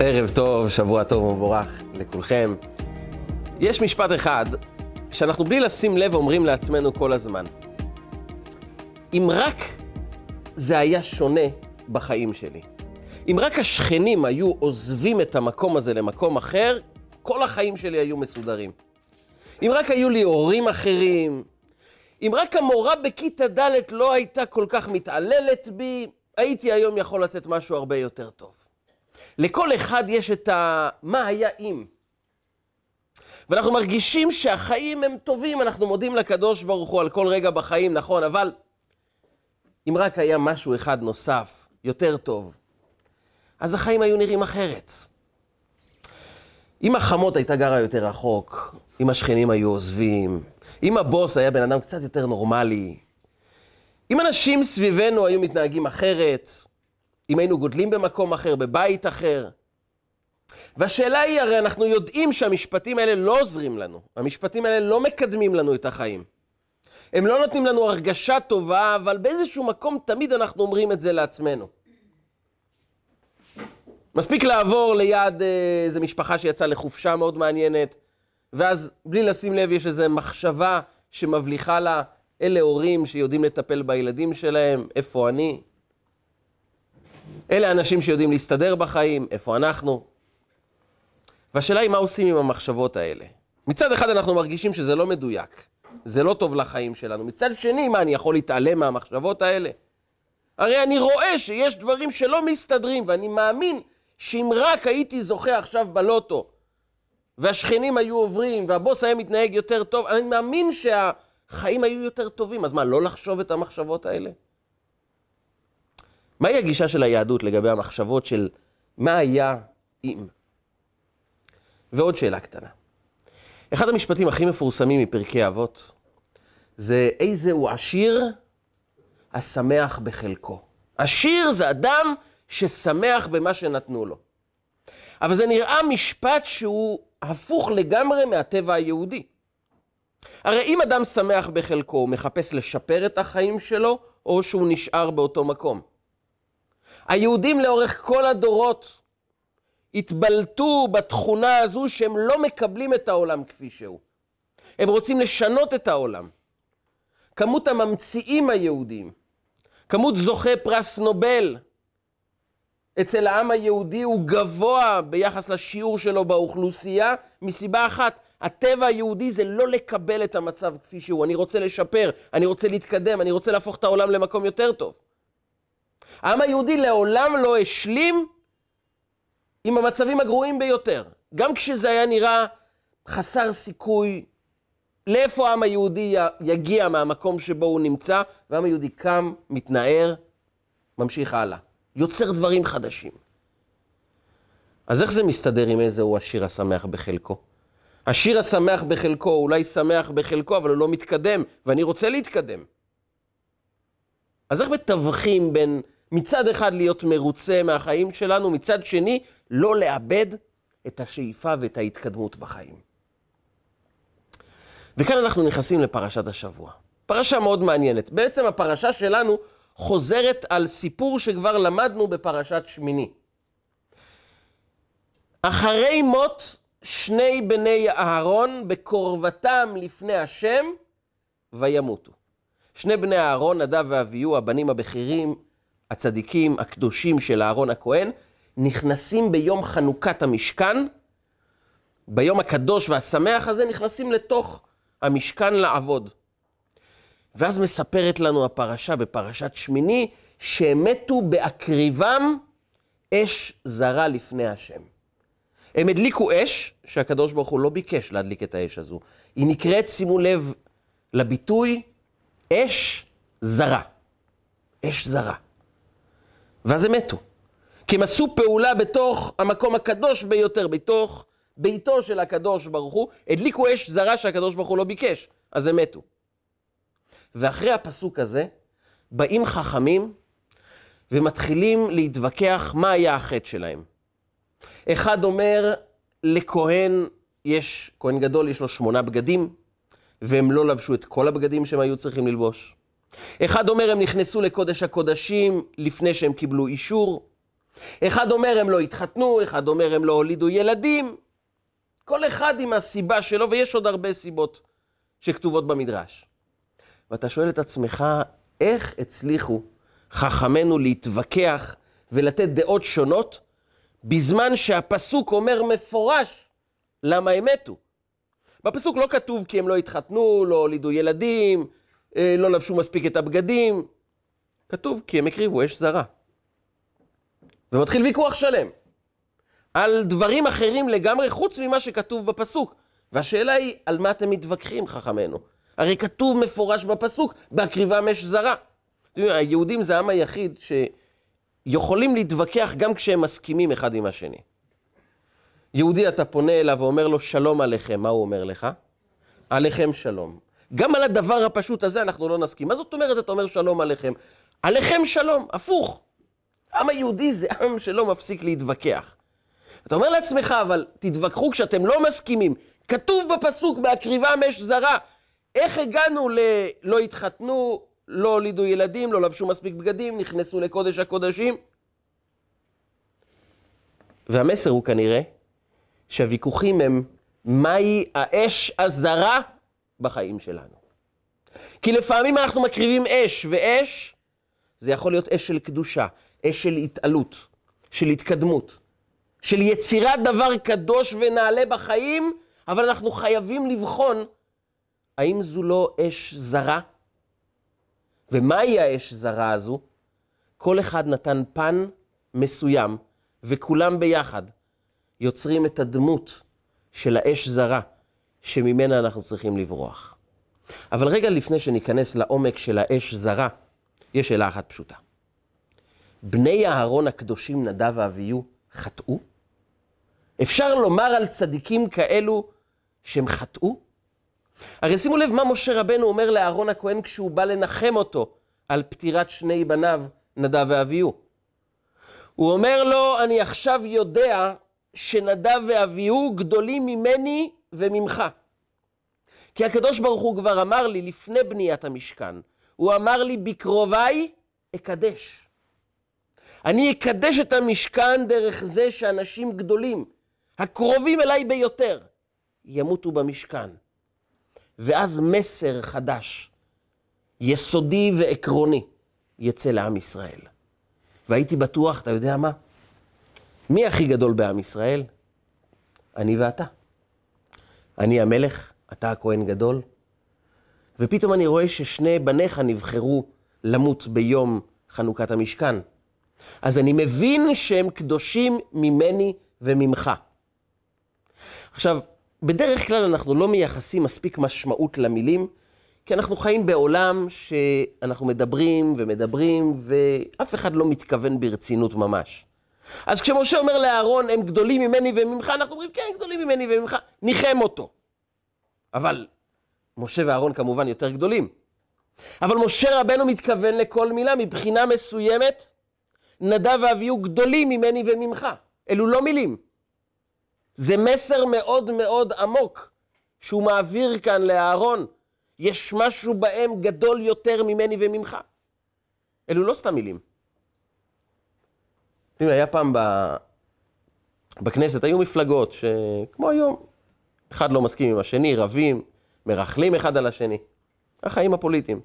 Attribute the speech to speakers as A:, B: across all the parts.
A: ערב טוב, שבוע טוב ומבורך לכולכם. יש משפט אחד שאנחנו בלי לשים לב אומרים לעצמנו כל הזמן. אם רק זה היה שונה בחיים שלי, אם רק השכנים היו עוזבים את המקום הזה למקום אחר, כל החיים שלי היו מסודרים. אם רק היו לי הורים אחרים, אם רק המורה בכיתה ד' לא הייתה כל כך מתעללת בי, הייתי היום יכול לצאת משהו הרבה יותר טוב. לכל אחד יש את מה היה אם. ואנחנו מרגישים שהחיים הם טובים, אנחנו מודים לקדוש ברוך הוא על כל רגע בחיים, נכון, אבל אם רק היה משהו אחד נוסף, יותר טוב, אז החיים היו נראים אחרת. אם החמות הייתה גרה יותר רחוק, אם השכנים היו עוזבים, אם הבוס היה בן אדם קצת יותר נורמלי, אם אנשים סביבנו היו מתנהגים אחרת, אם היינו גודלים במקום אחר, בבית אחר. והשאלה היא, הרי אנחנו יודעים שהמשפטים האלה לא עוזרים לנו. המשפטים האלה לא מקדמים לנו את החיים. הם לא נותנים לנו הרגשה טובה, אבל באיזשהו מקום תמיד אנחנו אומרים את זה לעצמנו. מספיק לעבור ליד איזו משפחה שיצאה לחופשה מאוד מעניינת, ואז בלי לשים לב יש איזו מחשבה שמבליחה לה, אלה הורים שיודעים לטפל בילדים שלהם, איפה אני? אלה אנשים שיודעים להסתדר בחיים, איפה אנחנו? והשאלה היא מה עושים עם המחשבות האלה. מצד אחד אנחנו מרגישים שזה לא מדויק, זה לא טוב לחיים שלנו. מצד שני, מה, אני יכול להתעלם מהמחשבות האלה? הרי אני רואה שיש דברים שלא מסתדרים, ואני מאמין שאם רק הייתי זוכה עכשיו בלוטו, והשכנים היו עוברים, והבוס היה מתנהג יותר טוב, אני מאמין שהחיים היו יותר טובים. אז מה, לא לחשוב את המחשבות האלה? מהי הגישה של היהדות לגבי המחשבות של מה היה אם? ועוד שאלה קטנה. אחד המשפטים הכי מפורסמים מפרקי אבות, זה איזה הוא עשיר השמח בחלקו. עשיר זה אדם ששמח במה שנתנו לו. אבל זה נראה משפט שהוא הפוך לגמרי מהטבע היהודי. הרי אם אדם שמח בחלקו, הוא מחפש לשפר את החיים שלו, או שהוא נשאר באותו מקום. היהודים לאורך כל הדורות התבלטו בתכונה הזו שהם לא מקבלים את העולם כפי שהוא. הם רוצים לשנות את העולם. כמות הממציאים היהודים, כמות זוכי פרס נובל, אצל העם היהודי הוא גבוה ביחס לשיעור שלו באוכלוסייה, מסיבה אחת, הטבע היהודי זה לא לקבל את המצב כפי שהוא. אני רוצה לשפר, אני רוצה להתקדם, אני רוצה להפוך את העולם למקום יותר טוב. העם היהודי לעולם לא השלים עם המצבים הגרועים ביותר. גם כשזה היה נראה חסר סיכוי, לאיפה העם היהודי יגיע מהמקום שבו הוא נמצא, והעם היהודי קם, מתנער, ממשיך הלאה. יוצר דברים חדשים. אז איך זה מסתדר עם איזה הוא השיר השמח בחלקו? השיר השמח בחלקו, אולי שמח בחלקו, אבל הוא לא מתקדם, ואני רוצה להתקדם. אז איך מתווכים בין מצד אחד להיות מרוצה מהחיים שלנו, מצד שני לא לאבד את השאיפה ואת ההתקדמות בחיים? וכאן אנחנו נכנסים לפרשת השבוע. פרשה מאוד מעניינת. בעצם הפרשה שלנו חוזרת על סיפור שכבר למדנו בפרשת שמיני. אחרי מות שני בני אהרון בקרבתם לפני השם וימותו. שני בני אהרון, נדב ואביהו, הבנים הבכירים, הצדיקים, הקדושים של אהרון הכהן, נכנסים ביום חנוכת המשכן, ביום הקדוש והשמח הזה, נכנסים לתוך המשכן לעבוד. ואז מספרת לנו הפרשה בפרשת שמיני, שהם מתו בהקריבם אש זרה לפני השם. הם הדליקו אש שהקדוש ברוך הוא לא ביקש להדליק את האש הזו. היא נקראת, שימו לב לביטוי, אש זרה. אש זרה. ואז הם מתו. כי הם עשו פעולה בתוך המקום הקדוש ביותר, בתוך ביתו של הקדוש ברוך הוא, הדליקו אש זרה שהקדוש ברוך הוא לא ביקש, אז הם מתו. ואחרי הפסוק הזה, באים חכמים ומתחילים להתווכח מה היה החטא שלהם. אחד אומר, לכהן יש, כהן גדול יש לו 8 בגדים, והם לא לבשו את כל הבגדים שהם היו צריכים ללבוש. אחד אומר, הם נכנסו לקודש הקודשים לפני שהם קיבלו אישור. אחד אומר הם לא התחתנו, אחד אומר הם לא הולידו ילדים. כל אחד עם הסיבה שלו, ויש עוד הרבה סיבות שכתובות במדרש. ואתה שואל את עצמך, איך הצליחו חכמינו להתווכח ולתת דעות שונות, בזמן שהפסוק אומר מפורש למה הם מתו. בפסוק לא כתוב כי הם לא התחתנו, לא הולידו ילדים, לא לבשו מספיק את הבגדים. כתוב כי הם הקריבו אש זרה. ומתחיל ויכוח שלם על דברים אחרים לגמרי חוץ ממה שכתוב בפסוק. והשאלה היא, על מה אתם מתווכחים חכמינו? הרי כתוב מפורש בפסוק, בהקריבם אש זרה. היהודים זה העם היחיד שיכולים להתווכח גם כשהם מסכימים אחד עם השני. יהודי אתה פונה אליו ואומר לו שלום עליכם, מה הוא אומר לך? עליכם שלום. גם על הדבר הפשוט הזה אנחנו לא נסכים. מה זאת אומרת אתה אומר שלום עליכם? עליכם שלום, הפוך. העם היהודי זה עם שלא מפסיק להתווכח. אתה אומר לעצמך, אבל תתווכחו כשאתם לא מסכימים. כתוב בפסוק בהקריבם אש זרה. איך הגענו לא התחתנו, לא הולידו ילדים, לא לבשו מספיק בגדים, נכנסו לקודש הקודשים? והמסר הוא כנראה שהוויכוחים הם מהי האש הזרה בחיים שלנו. כי לפעמים אנחנו מקריבים אש, ואש זה יכול להיות אש של קדושה, אש של התעלות, של התקדמות, של יצירת דבר קדוש ונעלה בחיים, אבל אנחנו חייבים לבחון האם זו לא אש זרה? ומהי האש זרה הזו? כל אחד נתן פן מסוים, וכולם ביחד יוצרים את הדמות של האש זרה, שממנה אנחנו צריכים לברוח. אבל רגע לפני שניכנס לעומק של האש זרה, יש שאלה אחת פשוטה. בני אהרון הקדושים נדב ואביהו חטאו? אפשר לומר על צדיקים כאלו שהם חטאו? הרי שימו לב מה משה רבנו אומר לאהרון הכהן כשהוא בא לנחם אותו על פטירת שני בניו נדב ואביהו. הוא אומר לו, אני עכשיו יודע שנדב ואביהו גדולים ממני וממך. כי הקדוש ברוך הוא כבר אמר לי לפני בניית המשכן, הוא אמר לי בקרוביי אקדש. אני אקדש את המשכן דרך זה שאנשים גדולים, הקרובים אליי ביותר, ימותו במשכן. ואז מסר חדש, יסודי ועקרוני, יצא לעם ישראל. והייתי בטוח, אתה יודע מה? מי הכי גדול בעם ישראל? אני ואתה. אני המלך, אתה הכהן גדול. ופתאום אני רואה ששני בניך נבחרו למות ביום חנוכת המשכן. אז אני מבין שהם קדושים ממני וממך. עכשיו, בדרך כלל אנחנו לא מייחסים מספיק משמעות למילים, כי אנחנו חיים בעולם שאנחנו מדברים ומדברים, ואף אחד לא מתכוון ברצינות ממש. אז כשמשה אומר לאהרון, הם גדולים ממני וממך, אנחנו אומרים, כן, גדולים ממני וממך, ניחם אותו. אבל משה ואהרון כמובן יותר גדולים. אבל משה רבנו מתכוון לכל מילה, מבחינה מסוימת, נדב ואביהו גדולים ממני וממך. אלו לא מילים. זה מסר מאוד מאוד עמוק, שהוא מעביר כאן לאהרון. יש משהו בהם גדול יותר ממני וממך. אלו לא סתם מילים. היה פעם בכנסת, היו מפלגות שכמו היום, אחד לא מסכים עם השני, רבים, מרחלים אחד על השני. החיים הפוליטיים.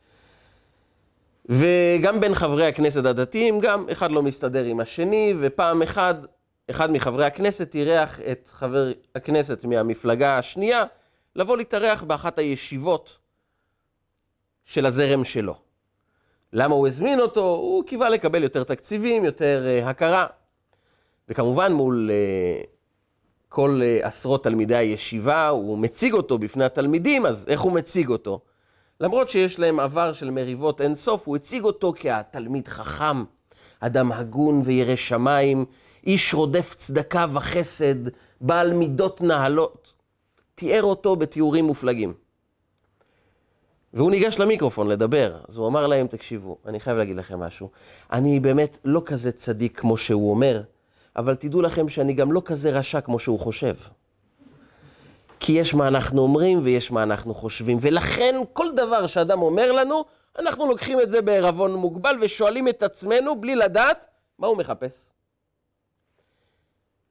A: וגם בין חברי הכנסת הדתיים, גם אחד לא מסתדר עם השני, ופעם אחד מחברי הכנסת אירח את חבר הכנסת מהמפלגה השנייה, לבוא להתארח באחת הישיבות של הזרם שלו. למה הוא הזמין אותו? הוא קיווה לקבל יותר תקציבים, יותר הכרה. וכמובן מול כל עשרות תלמידי הישיבה, הוא מציג אותו בפני התלמידים, אז איך הוא מציג אותו? למרות שיש להם עבר של מריבות אין סוף, הוא הציג אותו כתלמיד חכם, אדם הגון וירא שמיים, איש רודף צדקה וחסד, בעל מידות נהלות. תיאר אותו בתיאורים מופלגים. והוא ניגש למיקרופון לדבר, אז הוא אמר להם, תקשיבו, אני חייב להגיד לכם משהו. אני באמת לא כזה צדיק כמו שהוא אומר, אבל תדעו לכם שאני גם לא כזה רשע כמו שהוא חושב. כי יש מה אנחנו אומרים ויש מה אנחנו חושבים, ולכן כל דבר שאדם אומר לנו, אנחנו לוקחים את זה בערבון מוגבל ושואלים את עצמנו בלי לדעת מה הוא מחפש.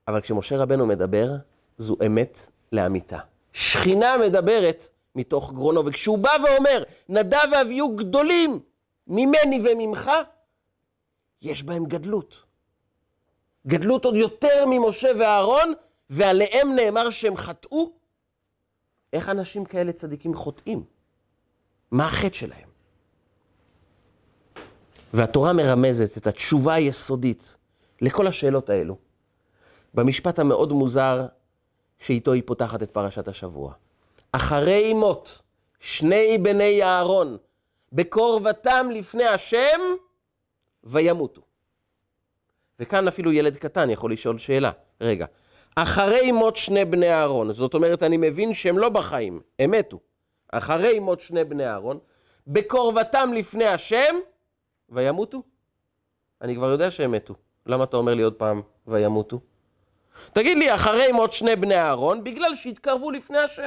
A: אבל כשמשה רבנו מדבר, זו אמת לאמיתה. שכינה מדברת מתוך גרונו, וכשהוא בא ואומר, נדב ואביהו גדולים ממני וממך, יש בהם גדלות. גדלות עוד יותר ממשה ואהרון, ועליהם נאמר שהם חטאו. איך אנשים כאלה צדיקים חוטאים? מה החטא שלהם? והתורה מרמזת את התשובה היסודית לכל השאלות האלו, במשפט המאוד מוזר שאיתו היא פותחת את פרשת השבוע. אחרי מות שני בני אהרון בקרבתם לפני השם וימותו. וכאן אפילו ילד קטן יכול לשאול שאלה. רגע, אחרי מות שני בני אהרון, זאת אומרת אני מבין שהם לא בחיים, הם מתו. אחרי מות שני בני אהרון, בקרבתם לפני השם וימותו? אני כבר יודע שהם מתו. למה אתה אומר לי עוד פעם וימותו? תגיד לי, אחרי מות שני בני אהרון, בגלל שהתקרבו לפני השם.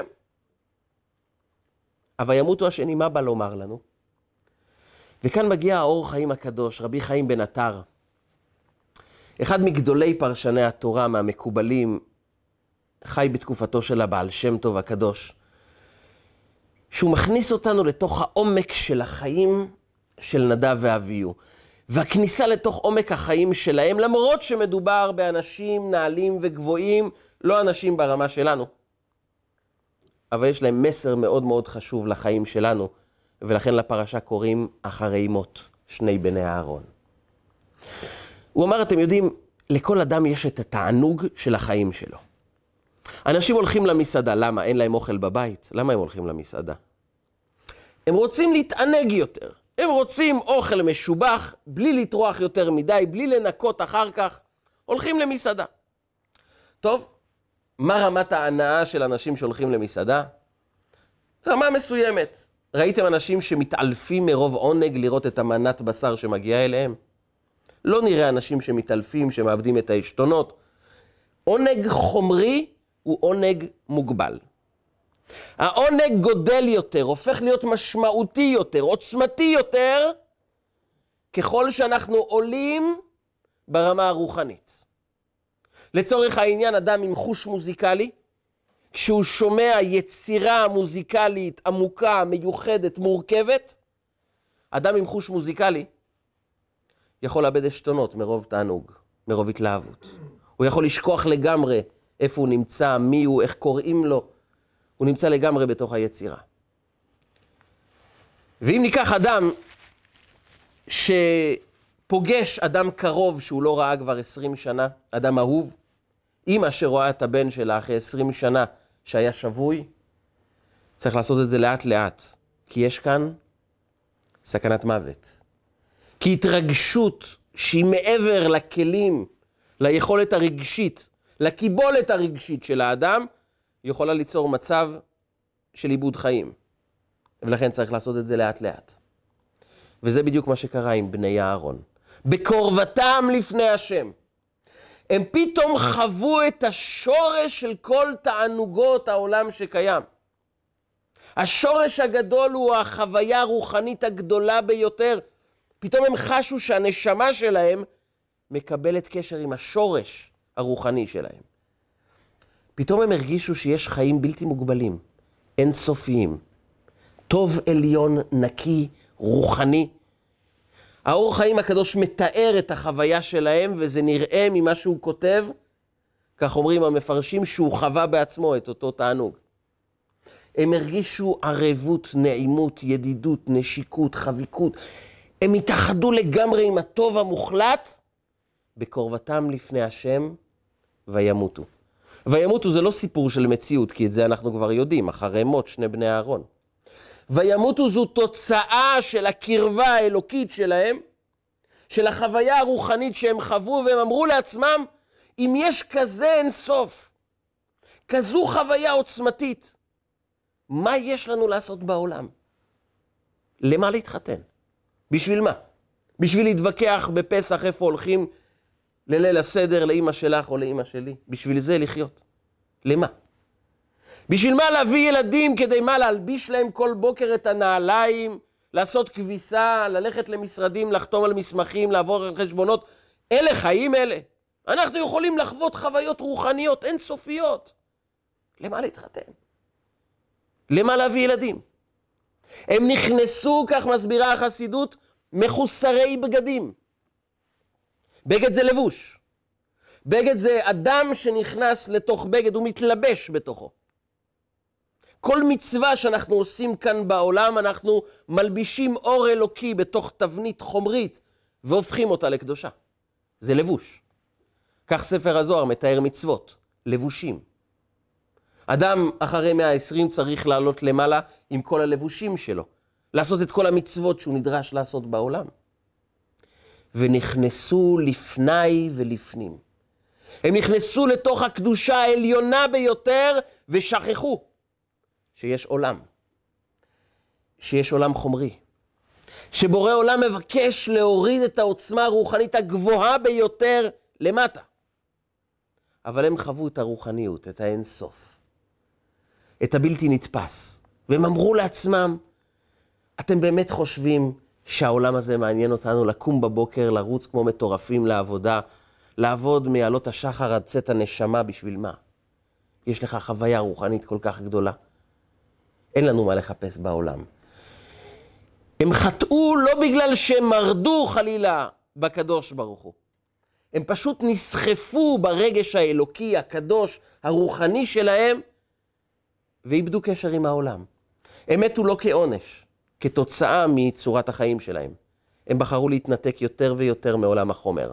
A: אבל ימותו השני, מה בא לומר לנו? וכאן מגיע האור חיים הקדוש, רבי חיים בן עטר. אחד מגדולי פרשני התורה מהמקובלים, חי בתקופתו של הבעל שם טוב הקדוש, שהוא מכניס אותנו לתוך העומק של החיים של נדב ואביהו. והכניסה לתוך עומק החיים שלהם, למרות שמדובר באנשים נעלים וגבוהים, לא אנשים ברמה שלנו. אבל יש להם מסר מאוד מאוד חשוב לחיים שלנו, ולכן לפרשה קוראים אחרי מות שני בני אהרון. הוא אמר, אתם יודעים, לכל אדם יש את התענוג של החיים שלו. אנשים הולכים למסעדה, למה? אין להם אוכל בבית. למה הם הולכים למסעדה? הם רוצים להתענג יותר. הם רוצים אוכל משובח, בלי לטרוח יותר מדי, בלי לנקות אחר כך. הולכים למסעדה. טוב, מה רמת ההנאה של אנשים שהולכים למסעדה? רמה מסוימת. ראיתם אנשים שמתעלפים מרוב עונג לראות את המנת בשר שמגיעה אליהם? לא נראה אנשים שמתעלפים, שמאבדים את העשתונות. עונג חומרי הוא עונג מוגבל. העונג גודל יותר, הופך להיות משמעותי יותר, עוצמתי יותר, ככל שאנחנו עולים ברמה הרוחנית. לצורך העניין, אדם עם חוש מוזיקלי, כשהוא שומע יצירה מוזיקלית עמוקה, מיוחדת, מורכבת, אדם עם חוש מוזיקלי יכול לאבד עשתונות מרוב תענוג, מרוב התלהבות. הוא יכול לשכוח לגמרי איפה הוא נמצא, מי הוא, איך קוראים לו. הוא נמצא לגמרי בתוך היצירה. ואם ניקח אדם שפוגש אדם קרוב שהוא לא ראה כבר 20 שנה, אדם אהוב, אמא שרואה את הבן שלה אחרי 20 שנה שהיה שבוי, צריך לעשות את זה לאט לאט, כי יש כאן סכנת מוות. כי התרגשות שהיא מעבר לכלים, ליכולת הרגשית, לקיבולת הרגשית של האדם, יכולה ליצור מצב של איבוד חיים. ולכן צריך לעשות את זה לאט לאט. וזה בדיוק מה שקרה עם בני אהרון. בקרבתם לפני השם. הם פתאום חוו את השורש של כל תענוגות העולם שקיים. השורש הגדול הוא החוויה הרוחנית הגדולה ביותר. פתאום הם חשו שהנשמה שלהם מקבלת קשר עם השורש הרוחני שלהם. פתאום הם הרגישו שיש חיים בלתי מוגבלים, אינסופיים, טוב עליון, נקי, רוחני. האור חיים הקדוש מתאר את החוויה שלהם, וזה נראה ממה שהוא כותב, כך אומרים המפרשים, שהוא חווה בעצמו את אותו תענוג. הם הרגישו ערבות, נעימות, ידידות, נשיקות, חביקות. הם התאחדו לגמרי עם הטוב המוחלט, בקרבתם לפני השם וימותו. וימותו זה לא סיפור של מציאות, כי את זה אנחנו כבר יודעים, אחרי מות שני בני אהרון. וימותו זו תוצאה של הקרבה האלוקית שלהם, של החוויה הרוחנית שהם חוו, והם אמרו לעצמם, אם יש כזה אינסוף, כזו חוויה עוצמתית, מה יש לנו לעשות בעולם? למה להתחתן? בשביל מה? בשביל להתווכח בפסח איפה הולכים לליל הסדר לאמא שלך או לאמא שלי? בשביל זה לחיות. למה? בשביל מה להביא ילדים? כדי מה? להלביש להם כל בוקר את הנעליים, לעשות כביסה, ללכת למשרדים, לחתום על מסמכים, לעבור על חשבונות? אלה חיים אלה. אנחנו יכולים לחוות חוויות רוחניות אינסופיות. למה להתחתן? למה להביא ילדים? הם נכנסו, כך מסבירה החסידות, מחוסרי בגדים. בגד זה לבוש. בגד זה אדם שנכנס לתוך בגד, הוא מתלבש בתוכו. כל מצווה שאנחנו עושים כאן בעולם, אנחנו מלבישים אור אלוקי בתוך תבנית חומרית, והופכים אותה לקדושה. זה לבוש. כך ספר הזוהר מתאר מצוות, לבושים. אדם אחרי 120 צריך לעלות למעלה עם כל הלבושים שלו, לעשות את כל המצוות שהוא נדרש לעשות בעולם. ונכנסו לפני ולפנים. הם נכנסו לתוך הקדושה העליונה ביותר ושכחו שיש עולם. שיש עולם חומרי. שבורא עולם מבקש להוריד את העוצמה הרוחנית הגבוהה ביותר למטה. אבל הם חוו את הרוחניות, את האינסוף. את הבלתי נתפס. והם אמרו לעצמם, אתם באמת חושבים שהעולם הזה מעניין אותנו לקום בבוקר, לרוץ כמו מטורפים לעבודה, לעבוד מעלות השחר עד צאת הנשמה, בשביל מה? יש לך חוויה רוחנית כל כך גדולה. אין לנו מה לחפש בעולם. הם חטאו לא בגלל שהם מרדו חלילה בקדוש ברוך הוא. הם פשוט נסחפו ברגש האלוקי, הקדוש, הרוחני שלהם, ואיבדו קשר עם העולם. הם מתו לא כעונש, כתוצאה מצורת החיים שלהם. הם בחרו להתנתק יותר ויותר מעולם החומר.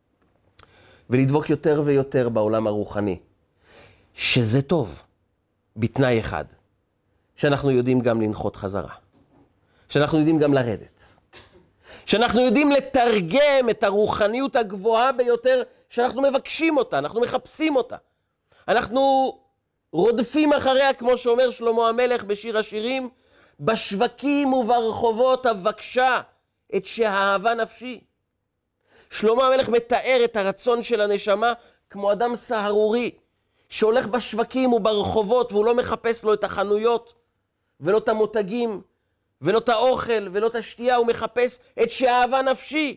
A: ולדבוק יותר ויותר בעולם הרוחני. שזה טוב, בתנאי אחד. שאנחנו יודעים גם לנחות חזרה. שאנחנו יודעים גם לרדת. שאנחנו יודעים לתרגם את הרוחניות הגבוהה ביותר, שאנחנו מבקשים אותה, אנחנו מחפשים אותה. אנחנו רודפים אחריה, כמו שאומר שלמה המלך בשיר השירים, בשווקים וברחובות אבקשה את שאהבה נפשי. שלמה המלך מתאר את הרצון של הנשמה כמו אדם סהרורי, שהולך בשווקים וברחובות והוא לא מחפש לו את החנויות, ולא את המותגים, ולא את האוכל, ולא את השתייה, הוא מחפש את שאהבה נפשי.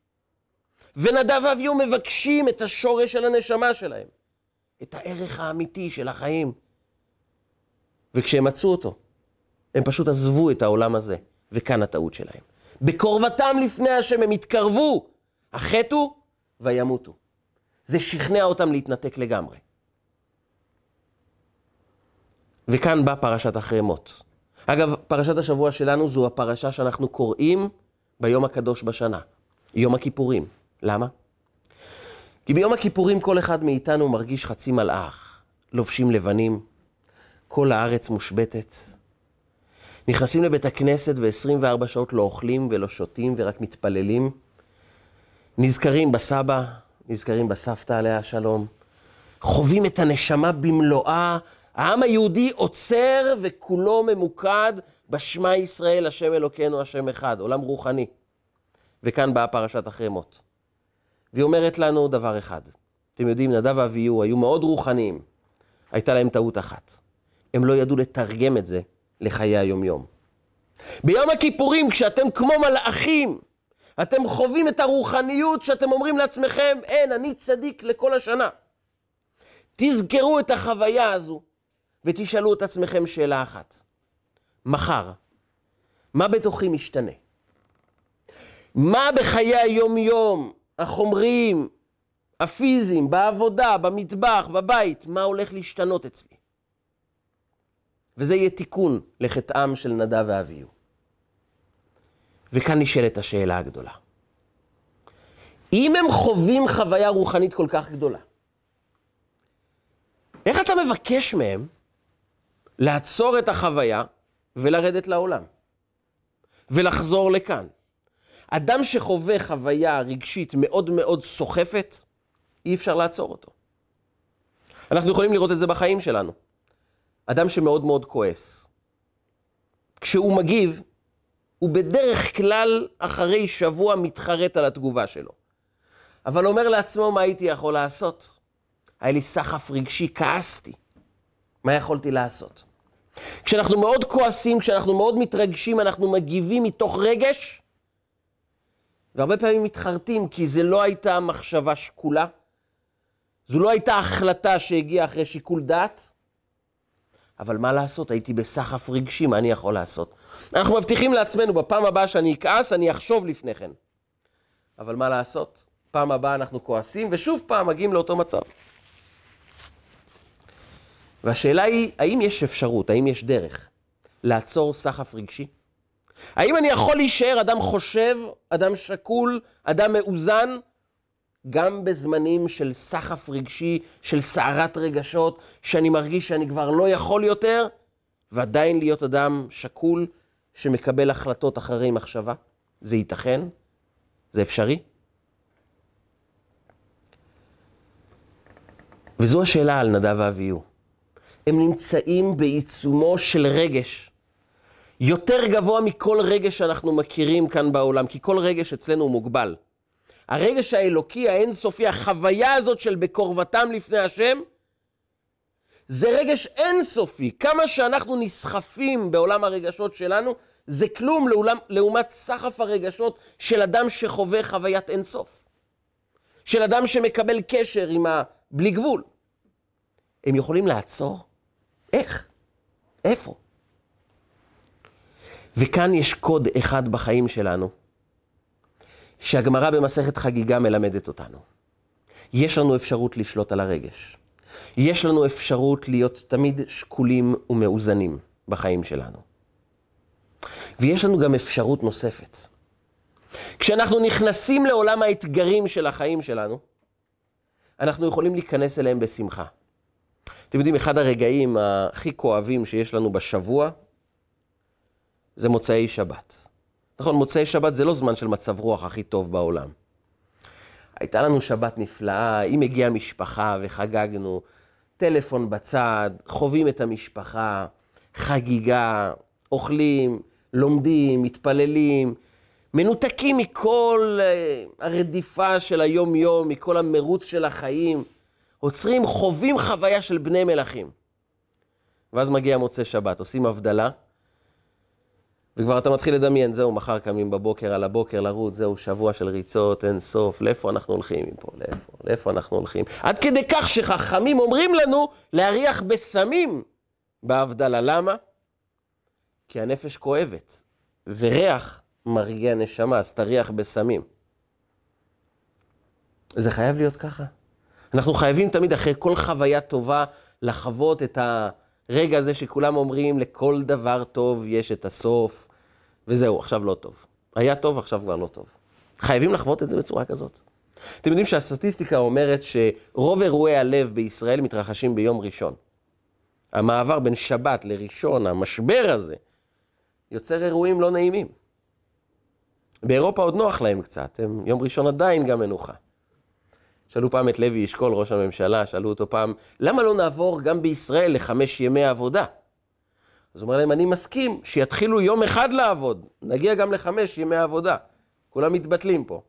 A: ונדב ואביהו מבקשים את השורש של הנשמה שלהם, את הערך האמיתי של החיים. וכשהם מצאו אותו, הם פשוט עזבו את העולם הזה, וכאן הטעות שלהם. בקרבתם לפני השם הם התקרבו, החטאו וימותו. זה שכנע אותם להתנתק לגמרי. וכאן בא פרשת אחרי מות. אגב, פרשת השבוע שלנו זו הפרשה שאנחנו קוראים ביום הקדוש בשנה, יום הכיפורים. למה? כי ביום הכיפורים כל אחד מאיתנו מרגיש חצי מלאך, לובשים לבנים, כל הארץ מושבתת. נכנסים לבית הכנסת ו24 שעות לא אוכלים ולא שותים ורק מתפללים. נזכרים בסבא, נזכרים בסבתא עליה השלום. חווים את הנשמה במלואה. העם היהודי עוצר וכולו ממוקד בשמה ישראל, השם אלוקינו, השם אחד, עולם רוחני. וכאן באה פרשת אחרי מות. והיא אומרת לנו דבר אחד. אתם יודעים, נדב ואביהו היו מאוד רוחניים. הייתה להם טעות אחת. הם לא ידעו לתרגם את זה לחיי היום-יום. ביום הכיפורים, כשאתם כמו מלאכים, אתם חווים את הרוחניות שאתם אומרים לעצמכם, אין, אני צדיק לכל השנה. תזכרו את החוויה הזו, ותשאלו את עצמכם שאלה אחת. מחר, מה בתוכי משתנה? מה בחיי היום-יום, החומריים, הפיזיים, בעבודה, במטבח, בבית, מה הולך להשתנות אצלי? וזה יהיה תיקון לחטאם של נדב ואביהו. וכאן נשאלת השאלה הגדולה. אם הם חווים חוויה רוחנית כל כך גדולה, איך אתה מבקש מהם לעצור את החוויה ולרדת לעולם? ולחזור לכאן. אדם שחווה חוויה רגשית מאוד מאוד סוחפת, אי אפשר לעצור אותו. אנחנו יכולים לראות את זה בחיים שלנו. אדם שמאוד מאוד כועס. כשהוא מגיב, הוא בדרך כלל אחרי שבוע מתחרט על התגובה שלו. אבל אומר לעצמו, מה הייתי יכול לעשות? היה לי סחף רגשי, כעסתי. מה יכולתי לעשות? כשאנחנו מאוד כועסים, כשאנחנו מאוד מתרגשים, אנחנו מגיבים מתוך רגש, והרבה פעמים מתחרטים, כי זה לא הייתה מחשבה שקולה, זו לא הייתה החלטה שהגיעה אחרי שיקול דעת, אבל מה לעשות? הייתי בסחף רגשי, מה אני יכול לעשות? אנחנו מבטיחים לעצמנו, בפעם הבאה שאני אכעס, אני אחשוב לפני כן. אבל מה לעשות? פעם הבאה אנחנו כועסים, ושוב פעם מגיעים לאותו מצב. והשאלה היא, האם יש אפשרות, האם יש דרך לעצור סחף רגשי? האם אני יכול להישאר אדם חושב, אדם שקול, אדם מאוזן, גם בזמנים של סחף רגשי, של סערת רגשות, שאני מרגיש שאני כבר לא יכול יותר, ועדיין להיות אדם שקול שמקבל החלטות אחרי מחשבה? זה ייתכן? זה אפשרי? וזו השאלה על נדב ואביהו. הם נמצאים בעיצומו של רגש, יותר גבוה מכל רגש שאנחנו מכירים כאן בעולם, כי כל רגש אצלנו הוא מוגבל. הרגש האלוקי, האינסופי, החוויה הזאת של בקרבתם לפני השם, זה רגש אינסופי. כמה שאנחנו נסחפים בעולם הרגשות שלנו, זה כלום לעומת סחף הרגשות של אדם שחווה חוויית אינסוף. של אדם שמקבל קשר עם בלי גבול. הם יכולים לעצור? איך? איפה? וכאן יש קוד אחד בחיים שלנו, שהגמרא במסכת חגיגה מלמדת אותנו. יש לנו אפשרות לשלוט על הרגש. יש לנו אפשרות להיות תמיד שקולים ומאוזנים בחיים שלנו. ויש לנו גם אפשרות נוספת. כשאנחנו נכנסים לעולם האתגרים של החיים שלנו, אנחנו יכולים להיכנס אליהם בשמחה. אתם יודעים, אחד הרגעים הכי כואבים שיש לנו בשבוע, זה מוצאי שבת. נכון, מוצאי שבת זה לא זמן של מצב רוח הכי טוב בעולם. הייתה לנו שבת נפלאה, אם הגיעה משפחה וחגגנו, טלפון בצד, חווים את המשפחה, חגיגה, אוכלים, לומדים, מתפללים, מנותקים מכל הרדיפה של היום-יום, מכל המרוץ של החיים, עוצרים, חווים חוויה של בני מלכים. ואז מגיע מוצאי שבת, עושים הבדלה, וכבר אתה מתחיל לדמיין, זהו, מחר קמים בבוקר על הבוקר לרוץ, זהו, שבוע של ריצות, אין סוף, לאיפה אנחנו הולכים מפה, לאיפה אנחנו הולכים? עד כדי כך שחכמים אומרים לנו להריח בסמים בהבדלה. למה? כי הנפש כואבת, וריח מרגיע נשמה, אז תריח בסמים. זה חייב להיות ככה. אנחנו חייבים תמיד אחרי כל חוויה טובה לחוות את הרגע הזה שכולם אומרים, לכל דבר טוב יש את הסוף, וזהו, עכשיו לא טוב. היה טוב, עכשיו כבר לא טוב. חייבים לחוות את זה בצורה כזאת. אתם יודעים שהסטטיסטיקה אומרת שרוב אירועי הלב בישראל מתרחשים ביום ראשון. המעבר בין שבת לראשון, המשבר הזה, יוצר אירועים לא נעימים. באירופה עוד נוח להם קצת, הם יום ראשון עדיין גם מנוחה. שאלו פעם את לוי אשכול, ראש הממשלה, שאלו אותו פעם, למה לא נעבור גם בישראל ל5 ימי עבודה? אז הוא אומר להם, אני מסכים שיתחילו יום אחד לעבוד, נגיע גם ל5 ימי עבודה. כולם מתבטלים פה.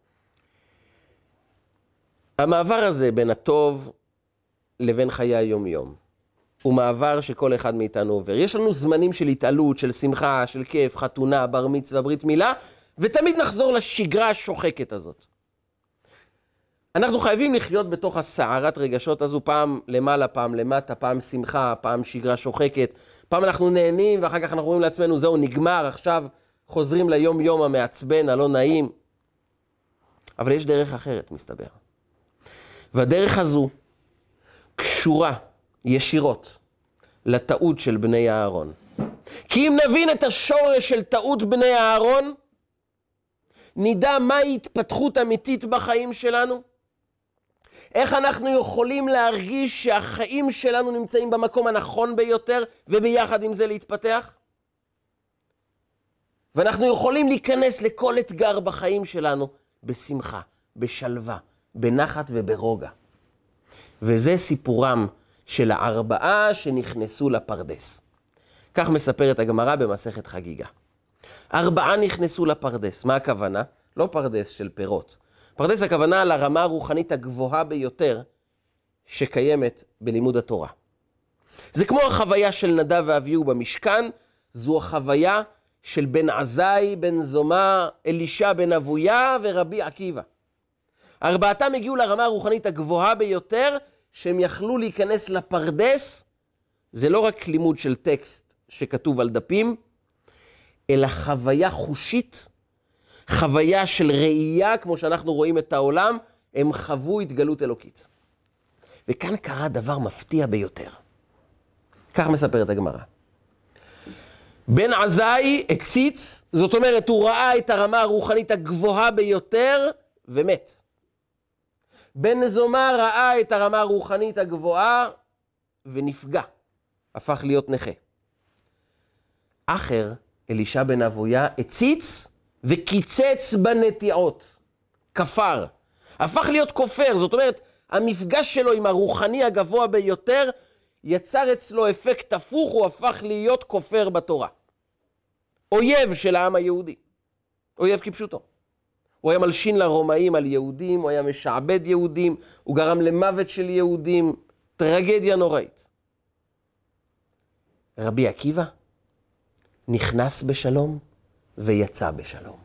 A: המעבר הזה בין הטוב לבין חיי היום-יום, הוא מעבר שכל אחד מאיתנו עובר. יש לנו זמנים של התעלות, של שמחה, של כיף, חתונה, בר מצווה, ברית מילה, ותמיד נחזור לשגרה השוחקת הזאת. אנחנו חייבים לחיות בתוך הסערת רגשות הזו, פעם למעלה, פעם למטה, פעם שמחה, פעם שגרה שוחקת, פעם אנחנו נהנים ואחר כך אנחנו אומרים לעצמנו, זהו, נגמר, עכשיו חוזרים ליום יום המעצבן, הלא נעים. אבל יש דרך אחרת, מסתבר. והדרך הזו קשורה ישירות לטעות של בני אהרון. כי אם נבין את השורש של טעות בני אהרון, נדע מהי התפתחות אמיתית בחיים שלנו, איך אנחנו יכולים להרגיש שהחיים שלנו נמצאים במקום הנכון ביותר, וביחד עם זה להתפתח? ואנחנו יכולים להיכנס לכל אתגר בחיים שלנו בשמחה, בשלווה, בנחת וברוגע. וזה סיפורם של 4 שנכנסו לפרדס. כך מספרת הגמרא במסכת חגיגה. 4 נכנסו לפרדס. מה הכוונה? לא פרדס של פירות. פרדס הכוונה לרמה הרוחנית הגבוהה ביותר שקיימת בלימוד התורה. זה כמו החוויה של נדב ואביהו במשכן, זו החוויה של בן עזאי, בן זומא, אלישע בן אבויה ורבי עקיבא. 4 הגיעו לרמה הרוחנית הגבוהה ביותר שהם יכלו להיכנס לפרדס, זה לא רק לימוד של טקסט שכתוב על דפים, אלא חוויה חושית, חוויה של ראייה, כמו שאנחנו רואים את העולם, הם חוו התגלות אלוקית. וכאן קרה דבר מפתיע ביותר. כך מספרת הגמרא. בן עזאי הציץ, זאת אומרת, הוא ראה את הרמה הרוחנית הגבוהה ביותר, ומת. בן נזומה ראה את הרמה הרוחנית הגבוהה, ונפגע. הפך להיות נכה. אחר, אלישע בן אבויה, הציץ וקיצץ בנטיעות. כפר. הפך להיות כופר, זאת אומרת, המפגש שלו עם הרוחני הגבוה ביותר, יצר אצלו אפקט הפוך, הוא הפך להיות כופר בתורה. אויב של העם היהודי. אויב כפשוטו. הוא היה מלשין לרומאים על יהודים, הוא היה משעבד יהודים, הוא גרם למוות של יהודים, טרגדיה נוראית. רבי עקיבא נכנס בשלום ויצא בשלום.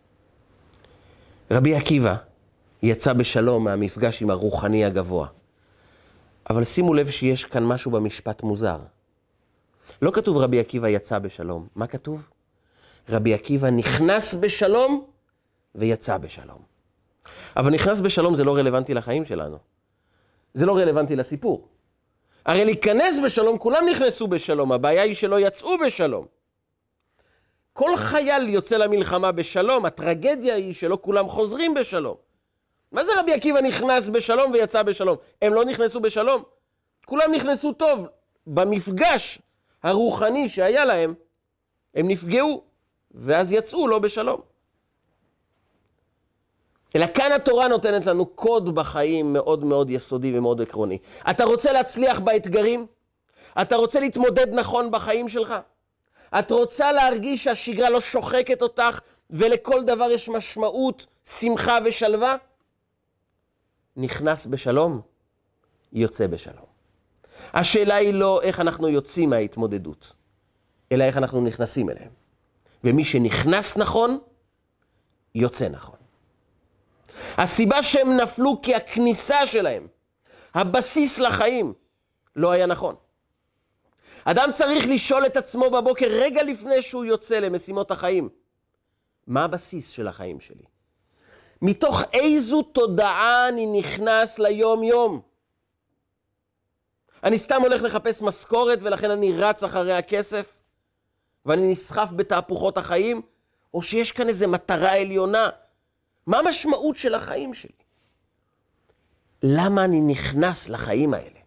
A: רבי עקיבא יצא בשלום מהמפגש עם הרוחני הגבוה. אבל שימו לב שיש כאן משהו במשפט מוזר. לא כתוב רבי עקיבא יצא בשלום. מה כתוב? רבי עקיבא נכנס בשלום ויצא בשלום. אבל נכנס בשלום זה לא רלוונטי לחיים שלנו. זה לא רלוונטי לסיפור. הרי להיכנס בשלום, כולם נכנסו בשלום. הבעיה היא שלא יצאו בשלום. כל חייל יוצא למלחמה בשלום, הטרגדיה היא שלא כולם חוזרים בשלום. מה זה רבי עקיבא נכנס בשלום ויצא בשלום? הם לא נכנסו בשלום. כולם נכנסו טוב. במפגש הרוחני שהיה להם, הם נפגעו, ואז יצאו לא בשלום. אלא כאן התורה נותנת לנו קוד בחיים מאוד מאוד יסודי ומאוד עקרוני. אתה רוצה להצליח באתגרים? אתה רוצה להתמודד נכון בחיים שלך? את רוצה להרגיש שהשגרה לא שוחקת אותך, ולכל דבר יש משמעות, שמחה ושלווה? נכנס בשלום, יוצא בשלום. השאלה היא לא איך אנחנו יוצאים מההתמודדות, אלא איך אנחנו נכנסים אליהם. ומי שנכנס נכון, יוצא נכון. הסיבה שהם נפלו כי הכניסה שלהם, הבסיס לחיים, לא היה נכון. אדם צריך לשאול את עצמו בבוקר, רגע לפני שהוא יוצא למשימות החיים, מה הבסיס של החיים שלי? מתוך איזו תודעה אני נכנס ליום יום? אני סתם הולך לחפש משכורת ולכן אני רץ אחרי הכסף ואני נסחף בתהפוכות החיים, או שיש כאן איזו מטרה עליונה? מה המשמעות של החיים שלי? למה אני נכנס לחיים האלה?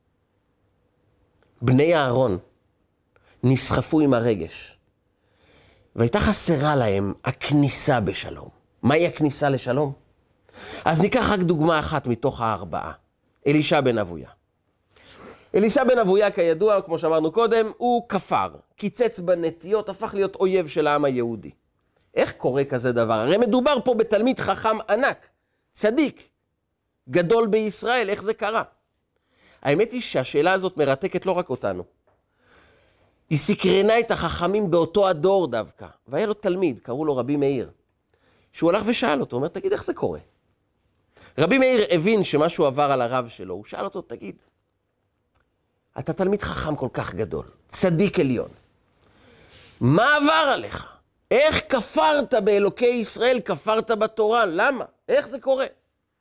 A: בני אהרון נסחפו עם הרגש, והייתה חסרה להם הכניסה בשלום. מהי הכניסה לשלום? אז ניקח רק דוגמה אחת מתוך הארבעה. אלישע בן אבויה. אלישע בן אבויה, כידוע, כמו שאמרנו קודם, הוא כפר, קיצץ בנטיות, הפך להיות אויב של העם היהודי. איך קורה כזה דבר? הרי מדובר פה בתלמיד חכם ענק, צדיק, גדול בישראל, איך זה קרה? האמת היא שהשאלה הזאת מרתקת לא רק אותנו. היא סקרנה את החכמים באותו הדור דווקא, והיה לו תלמיד, קראו לו רבי מאיר, שהוא הלך ושאל אותו, אומר, תגיד, איך זה קורה? רבי מאיר הבין שמשהו עבר על הרב שלו, הוא שאל אותו, תגיד, אתה תלמיד חכם כל כך גדול, צדיק עליון, מה עבר עליך? איך כפרת באלוקי ישראל, כפרת בתורה? למה? איך זה קורה?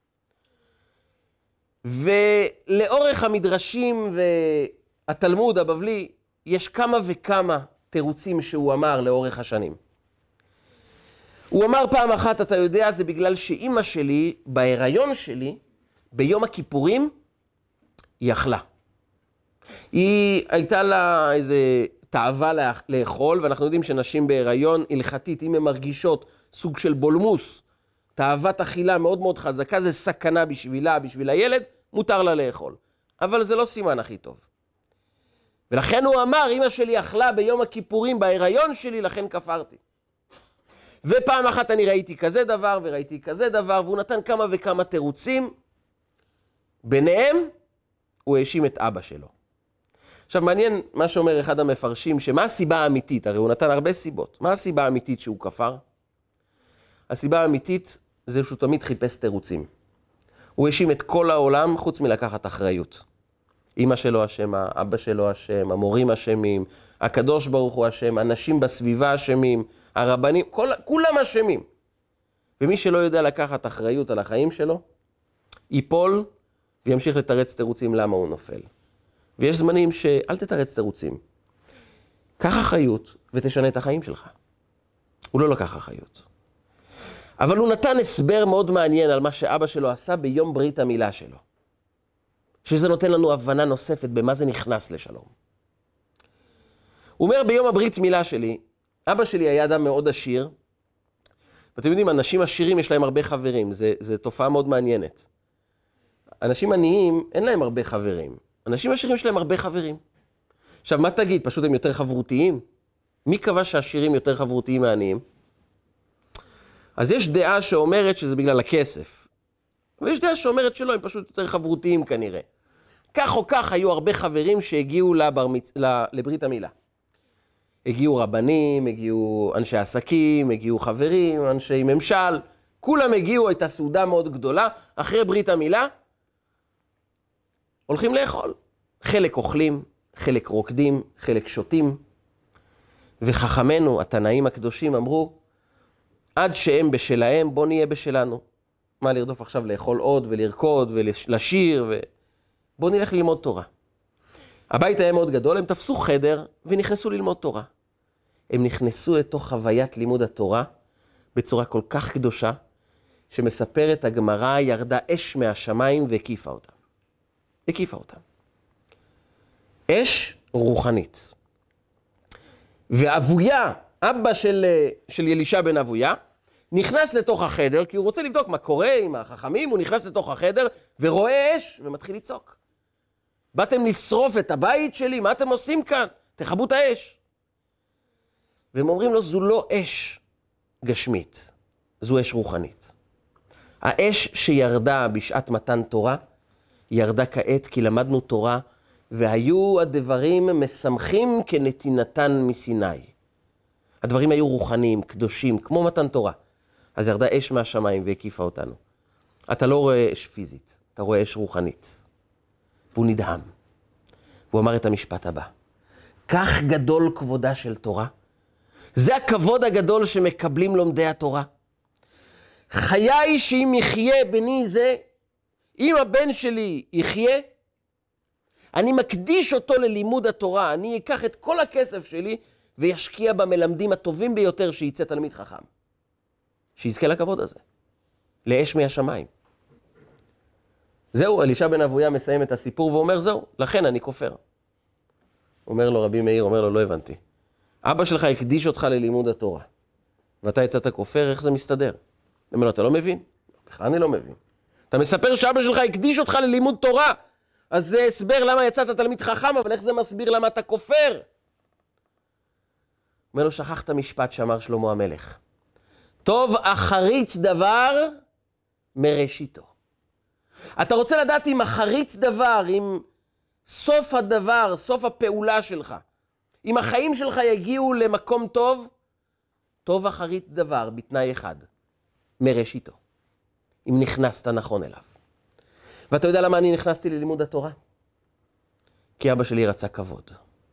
A: ולאורך המדרשים והתלמוד הבבלי, יש כמה וכמה תירוצים שהוא אמר לאורך השנים. הוא אמר פעם אחת, אתה יודע, זה בגלל שאימא שלי, בהיריון שלי, ביום הכיפורים, היא אכלה. היא הייתה לה איזה תאווה לאכול, ואנחנו יודעים שנשים בהיריון הלכתית, אם הן מרגישות סוג של בולמוס, תאוות אכילה מאוד מאוד חזקה, זה סכנה בשבילה, בשביל הילד, מותר לה לאכול. אבל זה לא סימן הכי טוב. ולכן הוא אמר, אמא שלי אכלה ביום הכיפורים בהיריון שלי, לכן כפרתי. ופעם אחת אני ראיתי כזה דבר וראיתי כזה דבר, והוא נתן כמה וכמה תירוצים. ביניהם הוא האשים את אבא שלו. עכשיו מעניין מה שאומר אחד המפרשים, שמה הסיבה האמיתית? הרי הוא נתן הרבה סיבות. מה הסיבה האמיתית שהוא כפר? הסיבה האמיתית זה שהוא תמיד חיפש תירוצים. הוא האשים את כל העולם חוץ מלקחת אחריות. אמא שלו אשמה, אבא שלו אשם, המורים אשמים, הקדוש ברוך הוא אשם, אנשים בסביבה אשמים, הרבנים, כולם אשמים. ומי שלא יודע לקחת אחריות על החיים שלו, ייפול וימשיך לתרץ תירוצים למה הוא נופל. ויש זמנים שאל תתרץ תירוצים. קח אחריות ותשנה את החיים שלך. הוא לא לקח אחריות. אבל הוא נתן הסבר מאוד מעניין על מה שאבא שלו עשה ביום ברית המילה שלו. שזה נותן לנו הבנה נוספת במה זה נכנס לשלום. הוא אומר ביום הברית מילה שלי, אבא שלי היה אדם מאוד עשיר, ואתם יודעים, אנשים עשירים יש להם הרבה חברים, זה תופעה מאוד מעניינת. אנשים עניים אין להם הרבה חברים, אנשים עשירים יש להם הרבה חברים. עכשיו מה תגיד, פשוט הם יותר חברותיים? מי קבע שהעשירים יותר חברותיים מעניים? אז יש דעה שאומרת שזה בגלל הכסף, ויש דעה שאומרת שלא, הם פשוט יותר חברותיים כנראה. כך או כך היו הרבה חברים שהגיעו לברית המילה. הגיעו רבנים, הגיעו אנשי עסקים, הגיעו חברים, אנשי ממשל, כולם הגיעו, הייתה סעודה מאוד גדולה, אחרי ברית המילה, הולכים לאכול. חלק אוכלים, חלק רוקדים, חלק שותים, וחכמינו, התנאים הקדושים, אמרו, עד שהם בשלהם, בוא נהיה בשלנו. מה לרדוף עכשיו לאכול עוד ולרקוד ולשיר, בוא נלך ללמוד תורה. הבית היה מאוד גדול, הם תפסו חדר ונכנסו ללמוד תורה. הם נכנסו לתוך חוויית לימוד התורה בצורה כל כך קדושה, שמספרת הגמרא, ירדה אש מהשמיים והקיפה אותם. הקיפה אותם. אש רוחנית. ואבויה, אבא של אלישע בן אבויה, נכנס לתוך החדר, כי הוא רוצה לבדוק מה קורה עם החכמים, הוא נכנס לתוך החדר ורואה אש ומתחיל לצעוק. באתם לשרוף את הבית שלי, מה אתם עושים כאן? תכבו את האש. והם אומרים לו, זו לא אש גשמית, זו אש רוחנית. האש שירדה בשעת מתן תורה, ירדה כעת כי למדנו תורה, והיו הדברים משמחים כנתינתן מסיני. הדברים היו רוחניים, קדושים, כמו מתן תורה. אז ירדה אש מהשמיים והקיפה אותנו. אתה לא רואה אש פיזית, אתה רואה אש רוחנית. והוא נדהם. הוא אמר את המשפט הבא. כך גדול כבודה של תורה. זה הכבוד הגדול שמקבלים לומדי התורה. חיי שאם יחיה בני זה, אם הבן שלי יחיה, אני מקדיש אותו ללימוד התורה. אני אקח את כל הכסף שלי וישקיע במלמדים הטובים ביותר שיצא תלמיד חכם. שיזכה לכבוד הזה. לאש מהשמיים. זהו, אלישע בן אבויה מסיים את הסיפור ואומר, זהו, לכן אני כופר. אומר לו רבי מאיר, אומר לו, לא הבנתי. אבא שלך הקדיש אותך ללימוד התורה, ואתה יצאת כופר, איך זה מסתדר? אומר לו, אתה לא מבין? בכלל אני לא מבין. אתה מספר שאבא שלך הקדיש אותך ללימוד תורה, אז זה הסבר למה יצאת תלמיד חכם, אבל איך זה מסביר למה אתה כופר? אומר לו, שכחת משפט שאמר שלמה המלך. טוב אחריץ דבר מראשיתו. אתה רוצה לדעת אם אחריץ דבר, אם סוף הדבר, סוף הפעולה שלך, אם החיים שלך יגיעו למקום טוב, טוב אחרית דבר בתנאי אחד, מראשיתו. אם נכנסת נכון אליו. ואתה יודע למה אני נכנסתי ללימוד התורה? כי אבא שלי רצה כבוד.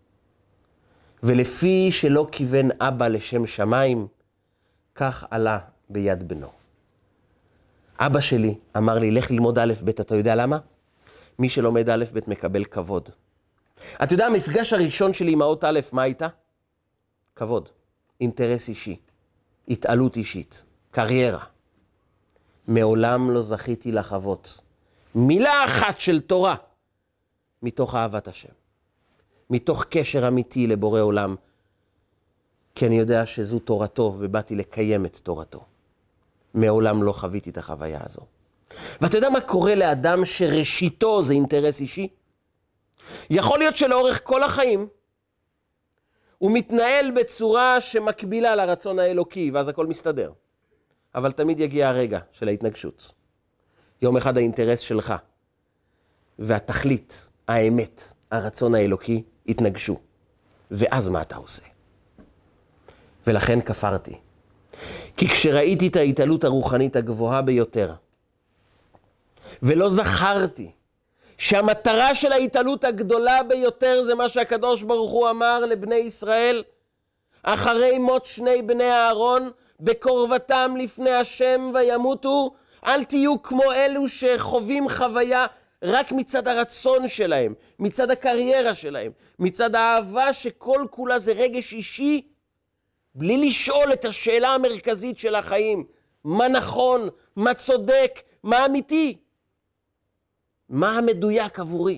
A: ולפי שלא כיוון אבא לשם שמיים, כך עלה ביד בנו. אבא שלי אמר לי, לך ללמוד א' ב', אתה יודע למה? מי שלומד א' ב' מקבל כבוד. אתה יודע, המפגש הראשון שלי עם האות א', מה הייתה? כבוד, אינטרס אישי, התעלות אישית, קריירה. מעולם לא זכיתי לחוות מילה אחת של תורה מתוך אהבת השם. מתוך קשר אמיתי לבורא עולם, כי אני יודע שזו תורתו ובאתי לקיים את תורתו. מעולם לא חוויתי את החוויה הזו. ואתה יודע מה קורה לאדם שראשיתו זה אינטרס אישי? יכול להיות שלאורך כל החיים הוא מתנהל בצורה שמקבילה לרצון האלוקי, ואז הכל מסתדר. אבל תמיד יגיע הרגע של ההתנגשות. יום אחד האינטרס שלך והתכלית, האמת, הרצון האלוקי, התנגשו. ואז מה אתה עושה? ולכן כפרתי. כי כשראיתי את ההתעלות הרוחנית הגבוהה ביותר, ולא זכרתי שהמטרה של ההתעלות הגדולה ביותר זה מה שהקדוש ברוך הוא אמר לבני ישראל, אחרי מות שני בני אהרון, בקרבתם לפני השם וימותו, אל תהיו כמו אלו שחווים חוויה רק מצד הרצון שלהם, מצד הקריירה שלהם, מצד האהבה שכל כולה זה רגש אישי, בלי לשאול את השאלה המרכזית של החיים, מה נכון, מה צודק, מה אמיתי, מה המדויק עבורי.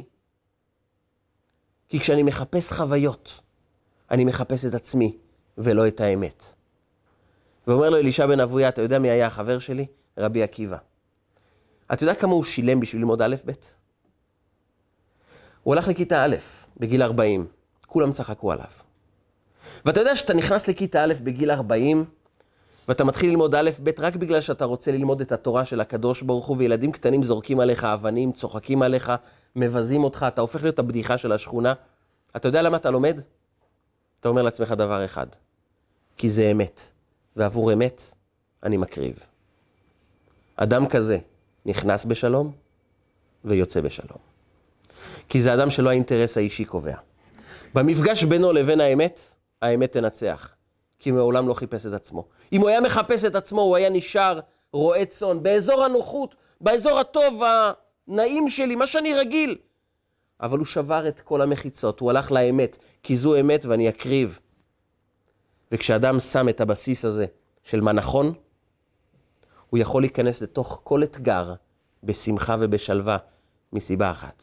A: כי כשאני מחפש חוויות, אני מחפש את עצמי ולא את האמת. ואומר לו אלישע בן אבויה, אתה יודע מי היה החבר שלי? רבי עקיבא. אתה יודע כמה הוא שילם בשביל ללמוד א' ב'? הוא הלך לכיתה א' בגיל 40, כולם צחקו עליו. ואתה יודע שאתה נכנס לכיתה א' בגיל 40, ואתה מתחיל ללמוד א' ב' רק בגלל שאתה רוצה ללמוד את התורה של הקדוש ברוך הוא, וילדים קטנים זורקים עליך אבנים, צוחקים עליך, מבזים אותך, אתה הופך להיות הבדיחה של השכונה. אתה יודע למה אתה לומד? אתה אומר לעצמך דבר אחד, כי זה אמת, ועבור אמת אני מקריב. אדם כזה נכנס בשלום ויוצא בשלום. כי זה אדם שלא האינטרס האישי קובע. במפגש בינו לבין האמת, האמת תנצח. כי מעולם לא חיפש את עצמו. אם הוא היה מחפש את עצמו, הוא היה נשאר רועה צאן, באזור הנוחות, באזור הטוב, הנעים שלי, מה שאני רגיל. אבל הוא שבר את כל המחיצות, הוא הלך לאמת, כי זו אמת ואני אקריב. וכשאדם שם את הבסיס הזה של מה נכון, הוא יכול להיכנס לתוך כל אתגר בשמחה ובשלווה מסיבה אחת.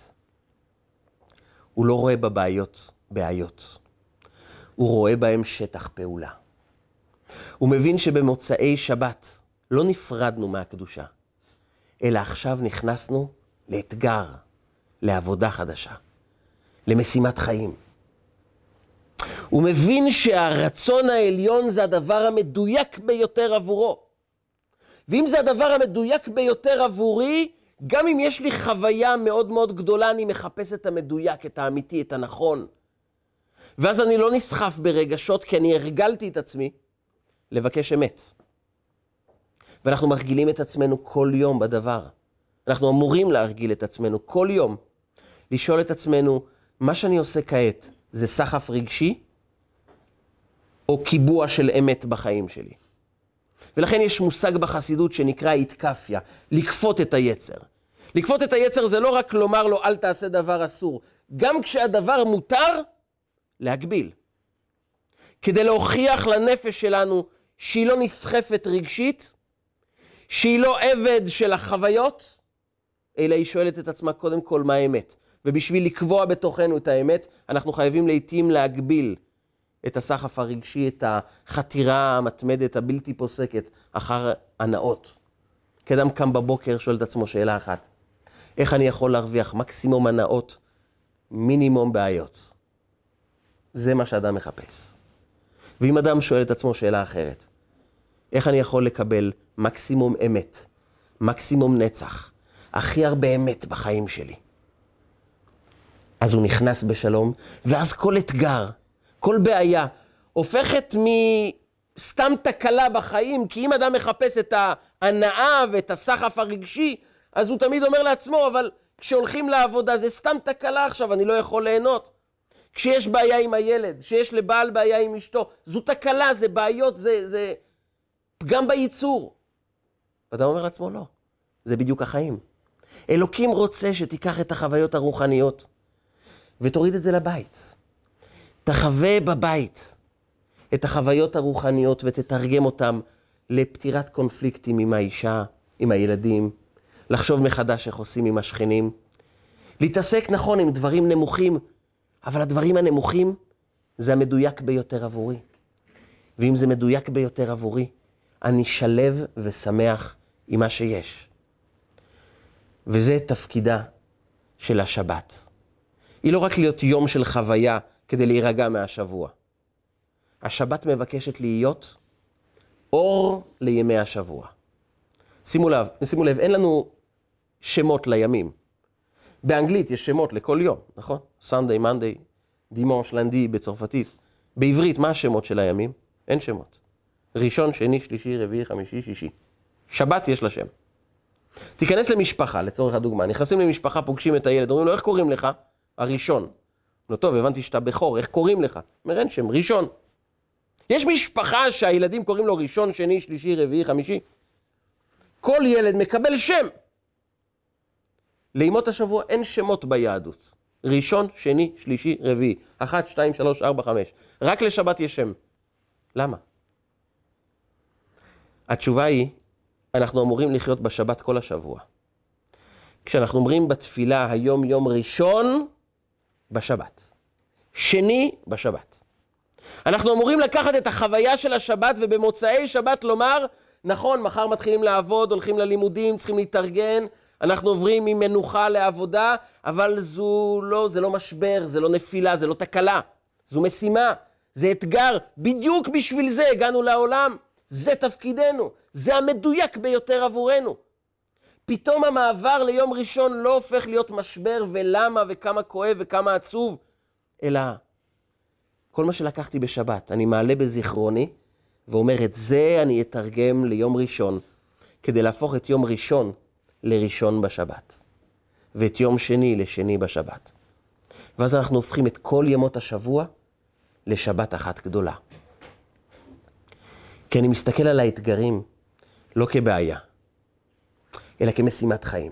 A: הוא לא רואה בבעיות בעיות. הוא רואה בהם שטח פעולה. הוא מבין שבמוצאי שבת לא נפרדנו מהקדושה, אלא עכשיו נכנסנו לאתגר, לעבודה חדשה, למשימת חיים. הוא מבין שהרצון העליון זה הדבר המדויק ביותר עבורו. ואם זה הדבר המדויק ביותר עבורי, גם אם יש לי חוויה מאוד מאוד גדולה, אני מחפש את המדויק, את האמיתי, את הנכון. ואז אני לא נסחף ברגשות, כי אני הרגלתי את עצמי לבקש אמת. ואנחנו מרגילים את עצמנו כל יום בדבר. אנחנו אמורים להרגיל את עצמנו כל יום, לשאול את עצמנו, מה שאני עושה כעת, זה סחף רגשי, או קיבוע של אמת בחיים שלי. ולכן יש מושג בחסידות שנקרא התקפיה, לקפות את היצר. לקפות את היצר זה לא רק לומר לו, אל תעשה דבר אסור. גם כשהדבר מותר, להגביל. כדי להוכיח לנפש שלנו שהיא לא נסחפת רגשית, שהיא לא עבד של החוויות, אלא היא שואלת את עצמה קודם כל מה האמת. ובשביל לקבוע בתוכנו את האמת, אנחנו חייבים לעתים להגביל את הסחף הרגשי, את החתירה המתמדת, הבלתי פוסקת, אחר הנאות. כאדם קם בבוקר, שואל את עצמו שאלה אחת. איך אני יכול להרוויח מקסימום הנאות, מינימום בעיות? זה מה שאדם מחפש. ואם אדם שואל את עצמו שאלה אחרת, איך אני יכול לקבל מקסימום אמת, מקסימום נצח, הכי הרבה אמת בחיים שלי? אז הוא נכנס בשלום, ואז כל אתגר, כל בעיה, הופכת מסתם תקלה בחיים, כי אם אדם מחפש את ההנאה ואת הסחף הרגשי, אז הוא תמיד אומר לעצמו, אבל כשהולכים לעבודה זה סתם תקלה עכשיו, אני לא יכול ליהנות. כשיש בעיה עם הילד, כשיש לבעל בעיה עם אשתו, זו תקלה, זה בעיות, זה פגם בייצור. ואתה אומר לעצמו, לא, זה בדיוק החיים. אלוקים רוצה שתיקח את החוויות הרוחניות, ותוריד את זה לבית. תחווה בבית את החוויות הרוחניות, ותתרגם אותם לפתירת קונפליקטים עם האישה, עם הילדים, לחשוב מחדש איך עושים עם השכנים, להתעסק נכון עם דברים נמוכים, אבל הדברים הנמוכים זה המדויק ביותר עבורי. ואם זה מדויק ביותר עבורי, אני שלב ושמח עם מה שיש. וזה תפקידה של השבת. היא לא רק להיות יום של חוויה כדי להירגע מהשבוע. השבת מבקשת אור לימי השבוע. שימו לב, אין לנו שמות לימים. באנגלית יש שמות לכל יום, נכון? Sunday, Monday, Dimanche, Lundi בצרפתית. בעברית, מה השמות של הימים? אין שמות. ראשון, שני, שלישי, רביעי, חמישי, שישי. שבת יש לה שם. תיכנס למשפחה, לצורך הדוגמה. נכנסים למשפחה, פוגשים את הילד, אומרים לו, איך קוראים לך? הראשון. לא טוב, הבנתי שאתה בכור, איך קוראים לך? אומר, אין שם, ראשון. יש משפחה שהילדים קוראים לו ראשון, שני, שלישי, רביעי, חמישי. כל ילד מקבל שם. לימות השבוע אין שמות ביהדות. ראשון, שני, שלישי, רביעי. 1, 2, 3, 4, 5. רק לשבת יש שם. למה? התשובה היא, אנחנו אמורים לחיות בשבת כל השבוע. כשאנחנו אומרים בתפילה היום יום ראשון, בשבת. שני, בשבת. אנחנו אמורים לקחת את החוויה של השבת ובמוצאי שבת לומר, נכון, מחר מתחילים לעבוד, הולכים ללימודים, צריכים להתארגן, אנחנו עוברים ממנוחה לעבודה, אבל זה לא משבר, זה לא נפילה, זה לא תקלה, זו משימה, זה אתגר, בדיוק בשביל זה הגענו לעולם, זה תפקידנו, זה המדויק ביותר עבורנו. פתאום המעבר ליום ראשון לא הופך להיות משבר ולמה וכמה כואב וכמה עצוב, אלא כל מה שלקחתי בשבת, אני מעלה בזיכרוני ואומר את זה אני אתרגם ליום ראשון, כדי להפוך את יום ראשון לראשון בשבת, ואת יום שני לשני בשבת. ואז אנחנו הופכים את כל ימות השבוע לשבת אחת גדולה. כי אני מסתכל על האתגרים לא כבעיה, אלא כמשימת חיים.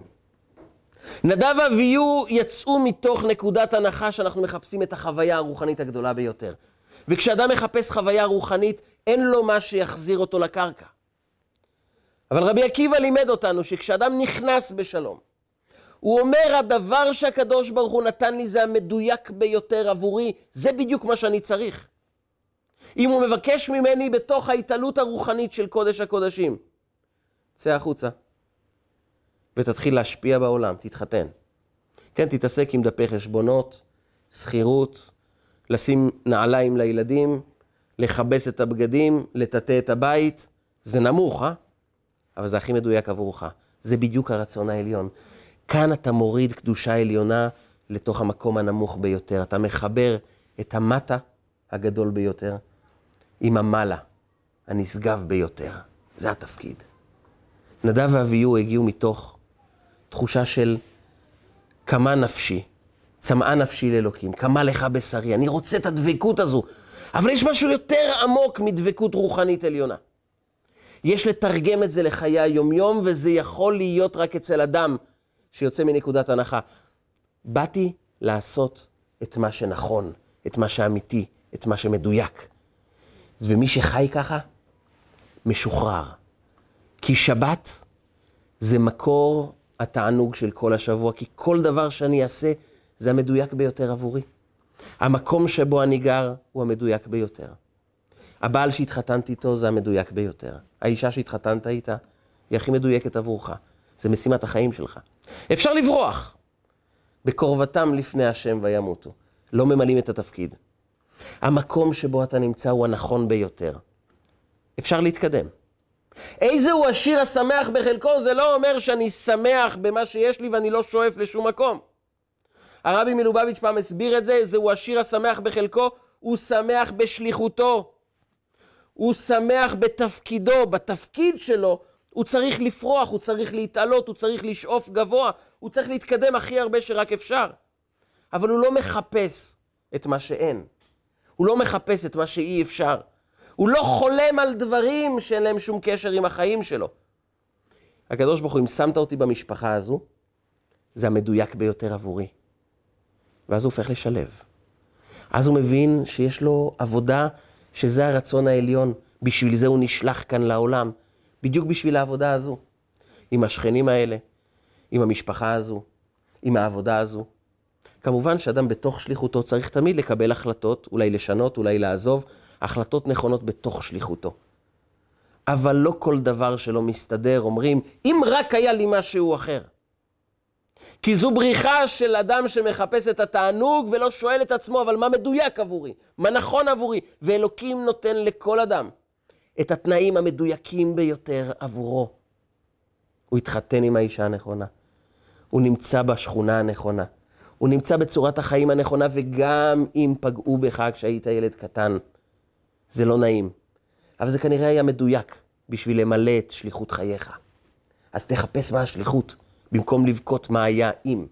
A: נדב ואביהו יצאו מתוך נקודת הנחה שאנחנו מחפשים את החוויה הרוחנית הגדולה ביותר. וכשאדם מחפש חוויה רוחנית, אין לו מה שיחזיר אותו לקרקע. אבל רבי עקיבא לימד אותנו שכשאדם נכנס בשלום, הוא אומר, הדבר שהקדוש ברוך הוא נתן לי זה המדויק ביותר עבורי, זה בדיוק מה שאני צריך. אם הוא מבקש ממני בתוך ההתעלות הרוחנית של קודש הקודשים, צא החוצה ותתחיל להשפיע בעולם, תתחתן. כן, תתעסק עם דפי חשבונות, שכירות, לשים נעליים לילדים, לחבס את הבגדים, לטאטא את הבית, זה נמוך, אבל זה הכי מדויק עבורך. זה בדיוק הרצון העליון. כאן אתה מוריד קדושה עליונה לתוך המקום הנמוך ביותר. אתה מחבר את המטה הגדול ביותר עם המעלה הנשגב ביותר. זה התפקיד. נדב ואביהו הגיעו מתוך תחושה של כמה נפשי, צמאה נפשי לאלוקים, כמה לך בשרי, אני רוצה את הדבקות הזו. אבל יש משהו יותר עמוק מדבקות רוחנית עליונה. יש לתרגם את זה לחיי היומיום, וזה יכול להיות רק אצל אדם שיוצא מנקודת הנחה. באתי לעשות את מה שנכון, את מה שאמיתי, את מה שמדויק. ומי שחי ככה, משוחרר. כי שבת זה מקור התענוג של כל השבוע, כי כל דבר שאני אעשה זה המדויק ביותר עבורי. המקום שבו אני גר הוא המדויק ביותר. הבעל שהתחתנתי איתו זה המדויק ביותר. האישה שהתחתנת איתה היא הכי מדויקת עבורך. זה משימת החיים שלך. אפשר לברוח. בקרבתם לפני השם וימותו. לא ממלאים את התפקיד. המקום שבו אתה נמצא הוא הנכון ביותר. אפשר להתקדם. איזה הוא השיר השמח בחלקו? זה לא אומר שאני שמח במה שיש לי ואני לא שואף לשום מקום. הרבי מלובביץ' פעם הסביר את זה, זהו השיר השמח בחלקו, הוא שמח בשליחותו. הוא שמח בתפקידו, בתפקיד שלו, הוא צריך לפרוח, הוא צריך להתעלות, הוא צריך לשאוף גבוה, הוא צריך להתקדם הכי הרבה שרק אפשר. אבל הוא לא מחפש את מה שאין. הוא לא מחפש את מה שאי אפשר. הוא לא חולם על דברים שאין להם שום קשר עם החיים שלו. הקדוש ברוך הוא, אם שמת אותי במשפחה הזו, זה המדויק ביותר עבורי. ואז הוא הופך לשלב. אז הוא מבין שיש לו עבודה שזה הרצון העליון. בשביל זה הוא נשלח כאן לעולם. בדיוק בשביל העבודה הזו. עם השכנים האלה, עם המשפחה הזו, עם העבודה הזו. כמובן שאדם בתוך שליחותו צריך תמיד לקבל החלטות, אולי לשנות, אולי לעזוב, החלטות נכונות בתוך שליחותו. אבל לא כל דבר שלא מסתדר, אומרים, אם רק היה לי משהו אחר. כי זו בריחה של אדם שמחפש את התענוג ולא שואל את עצמו, אבל מה מדויק עבורי? מה נכון עבורי? ואלוקים נותן לכל אדם את התנאים המדויקים ביותר עבורו. הוא התחתן עם האישה הנכונה. הוא נמצא בשכונה הנכונה. הוא נמצא בצורת החיים הנכונה, וגם אם פגעו בך כשהיית ילד קטן, זה לא נעים. אבל זה כנראה היה מדויק בשביל למלא את שליחות חייך. אז תחפש מה השליחות, במקום לבכות מה היה אם.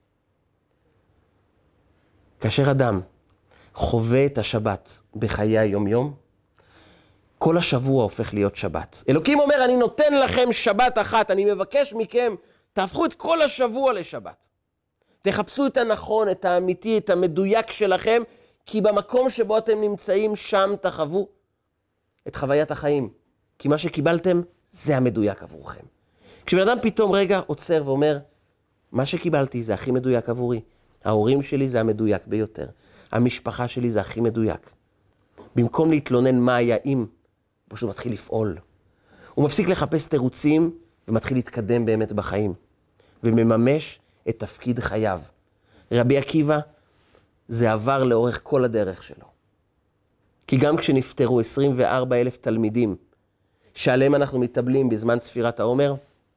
A: כאשר אדם חווה את השבת בחיי היום-יום, כל השבוע הופך להיות שבת. אלוקים אומר, אני נותן לכם שבת אחת, אני מבקש מכם, תהפכו את כל השבוע לשבת. תחפשו את הנכון, את האמיתי, את המדויק שלכם, כי במקום שבו אתם נמצאים, שם תחוו את חוויית החיים. כי מה שקיבלתם, זה המדויק עבורכם. כשבן אדם פתאום רגע עוצר ואומר, מה שקיבלתי זה הכי מדויק עבורי. ההורים שלי זה המדויק ביותר. המשפחה שלי זה הכי מדויק. במקום להתלונן מה היה אם, הוא פשוט מתחיל לפעול. הוא מפסיק לחפש תירוצים ומתחיל להתקדם באמת בחיים. ומממש את תפקיד חייו. רבי עקיבא זה עבר לאורך כל הדרך שלו. כי גם כשנפטרו 24,000 תלמידים, שעליהם אנחנו מתאבלים בזמן ספירת העומר,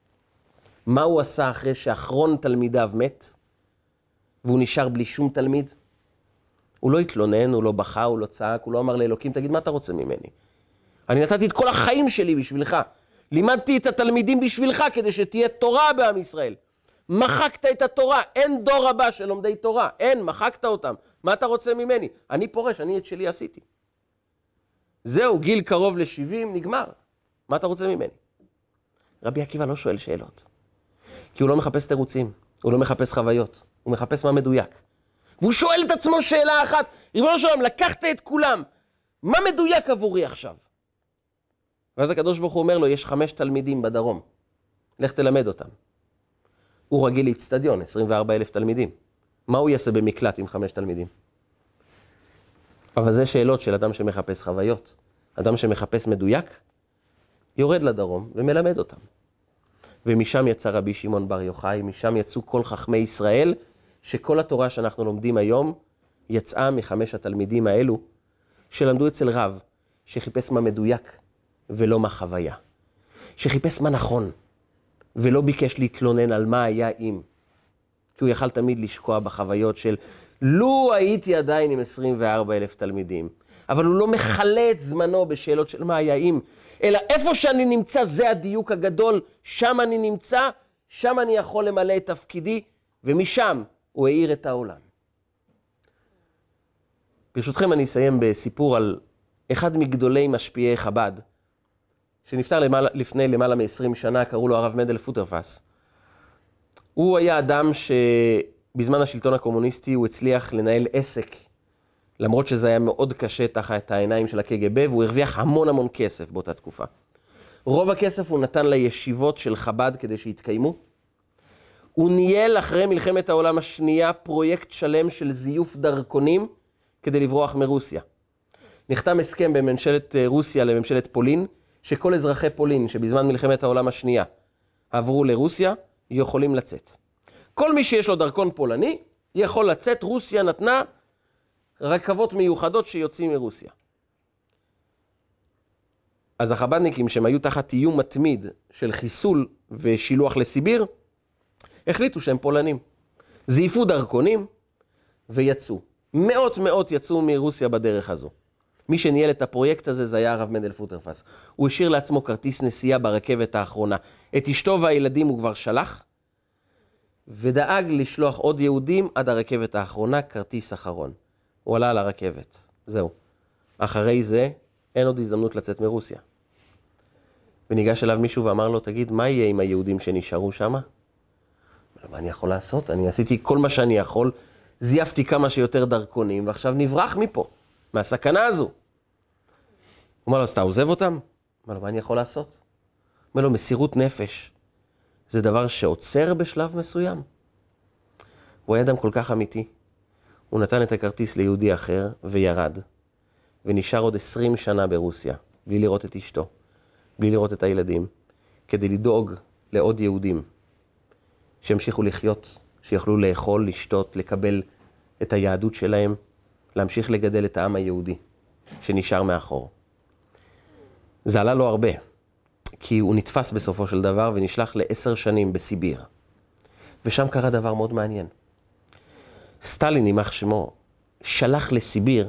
A: מה הוא עשה אחרי שאחרון תלמידיו מת, והוא נשאר בלי שום תלמיד? הוא לא התלונן, הוא לא בכה, הוא לא צעק, הוא לא אמר לאלוקים, תגיד, מה אתה רוצה ממני? אני נתתי את כל החיים שלי בשבילך. לימדתי את התלמידים בשבילך כדי שתהיה תורה בעם ישראל. מחקת את התורה, אין דור הבא של לומדי תורה, אין, מחקת אותם. מה אתה רוצה ממני? אני פורש, אני את שלי עשיתי. זהו, גיל קרוב ל-70, נגמר. מה אתה רוצה ממני? רבי עקיבא לא שואל שאלות. כי הוא לא מחפש תירוצים, הוא לא מחפש חוויות, הוא מחפש מה מדויק. והוא שואל את עצמו שאלה אחת, ריבונו של עולם, לקחת את כולם, מה מדויק עבורי עכשיו? ואז הקדוש ברוך הוא אומר לו, יש 5 תלמידים בדרום, לך תלמד אותם. הוא רגיל לאצטדיון, 24,000 תלמידים. מה הוא יעשה במקלט עם 5 תלמידים? אבל זה שאלות של אדם שמחפש חוויות. אדם שמחפש מדויק, יורד לדרום ומלמד אותם. ומשם יצא רבי שמעון בר יוחאי, משם יצאו כל חכמי ישראל, שכל התורה שאנחנו לומדים היום, יצאה מ5 התלמידים האלו, שלמדו אצל רב, שחיפש מה מדויק ולא מה חוויה. שחיפש מה נכון, ולא ביקש להתלונן על מה היה אם. כי הוא יכל תמיד לשקוע בחוויות של, לו הייתי עדיין עם 24,000 תלמידים, אבל הוא לא מחלה את זמנו בשאלות של מה היה אם, אלא איפה שאני נמצא זה הדיוק הגדול, שם אני נמצא, שם אני יכול למלא את תפקידי, ומשם הוא העיר את העולם. ברשותכם אני אסיים בסיפור על אחד מגדולי משפיעי חב"ד, שנפטר לפני למעלה מ-20 שנה, קראו לו הרב מנדל פוטרפס. הוא היה אדם שבזמן השלטון הקומוניסטי הוא הצליח לנהל עסק, למרות שזה היה מאוד קשה תחת העיניים של הקג"ב, והוא הרוויח המון כסף באותה תקופה. רוב הכסף הוא נתן לישיבות של חב"ד כדי שיתקיימו. הוא ניהל אחרי מלחמת העולם השנייה פרויקט שלם של זיוף דרכונים כדי לברוח מרוסיה. נחתם הסכם בין ממשלת רוסיה לממשלת פולין, שכל אזרחי פולין שבזמן מלחמת העולם השנייה עברו לרוסיה, יכולים לצאת. כל מי שיש לו דרכון פולני יכול לצאת. רוסיה נתנה רכבות מיוחדות שיוצאים מרוסיה. אז החב"דניקים שהם היו תחת איום מתמיד של חיסול ושילוח לסיביר, החליטו שהם פולנים. זייפו דרכונים ויצאו. מאות יצאו מרוסיה בדרך הזו. מי שניהל את הפרויקט הזה זה היה הרב מנדל פוטרפס. הוא השאיר לעצמו כרטיס נסיעה ברכבת האחרונה. את אשתו והילדים הוא כבר שלח, ודאג לשלוח עוד יהודים עד הרכבת האחרונה, כרטיס אחרון. הוא עלה על הרכבת. זהו. אחרי זה אין עוד הזדמנות לצאת מרוסיה. וניגש אליו מישהו ואמר לו, תגיד, מה יהיה עם היהודים שנשארו שם? מה אני יכול לעשות? אני עשיתי כל מה שאני יכול, זייפתי כמה שיותר דרכונים, ועכשיו נברח מפה, מהסכנה הזו. הוא אומר לו, אז אתה עוזב אותם? אמר לו, מה אני יכול לעשות? אומר לו, מסירות נפש, זה דבר שעוצר בשלב מסוים. הוא היה אדם כל כך אמיתי. הוא נתן את הכרטיס ליהודי אחר וירד, ונשאר עוד 20 שנה ברוסיה, בלי לראות את אשתו, בלי לראות את הילדים, כדי לדאוג לעוד יהודים, שהמשיכו לחיות, שיוכלו לאכול, לשתות, לקבל את היהדות שלהם, להמשיך לגדל את העם היהודי, שנשאר מאחור. זה עלה לו הרבה, כי הוא נתפס בסופו של דבר ונשלח ל10 שנים בסיביר. ושם קרה דבר מאוד מעניין. סטלין, יימח שמו, שלח לסיביר,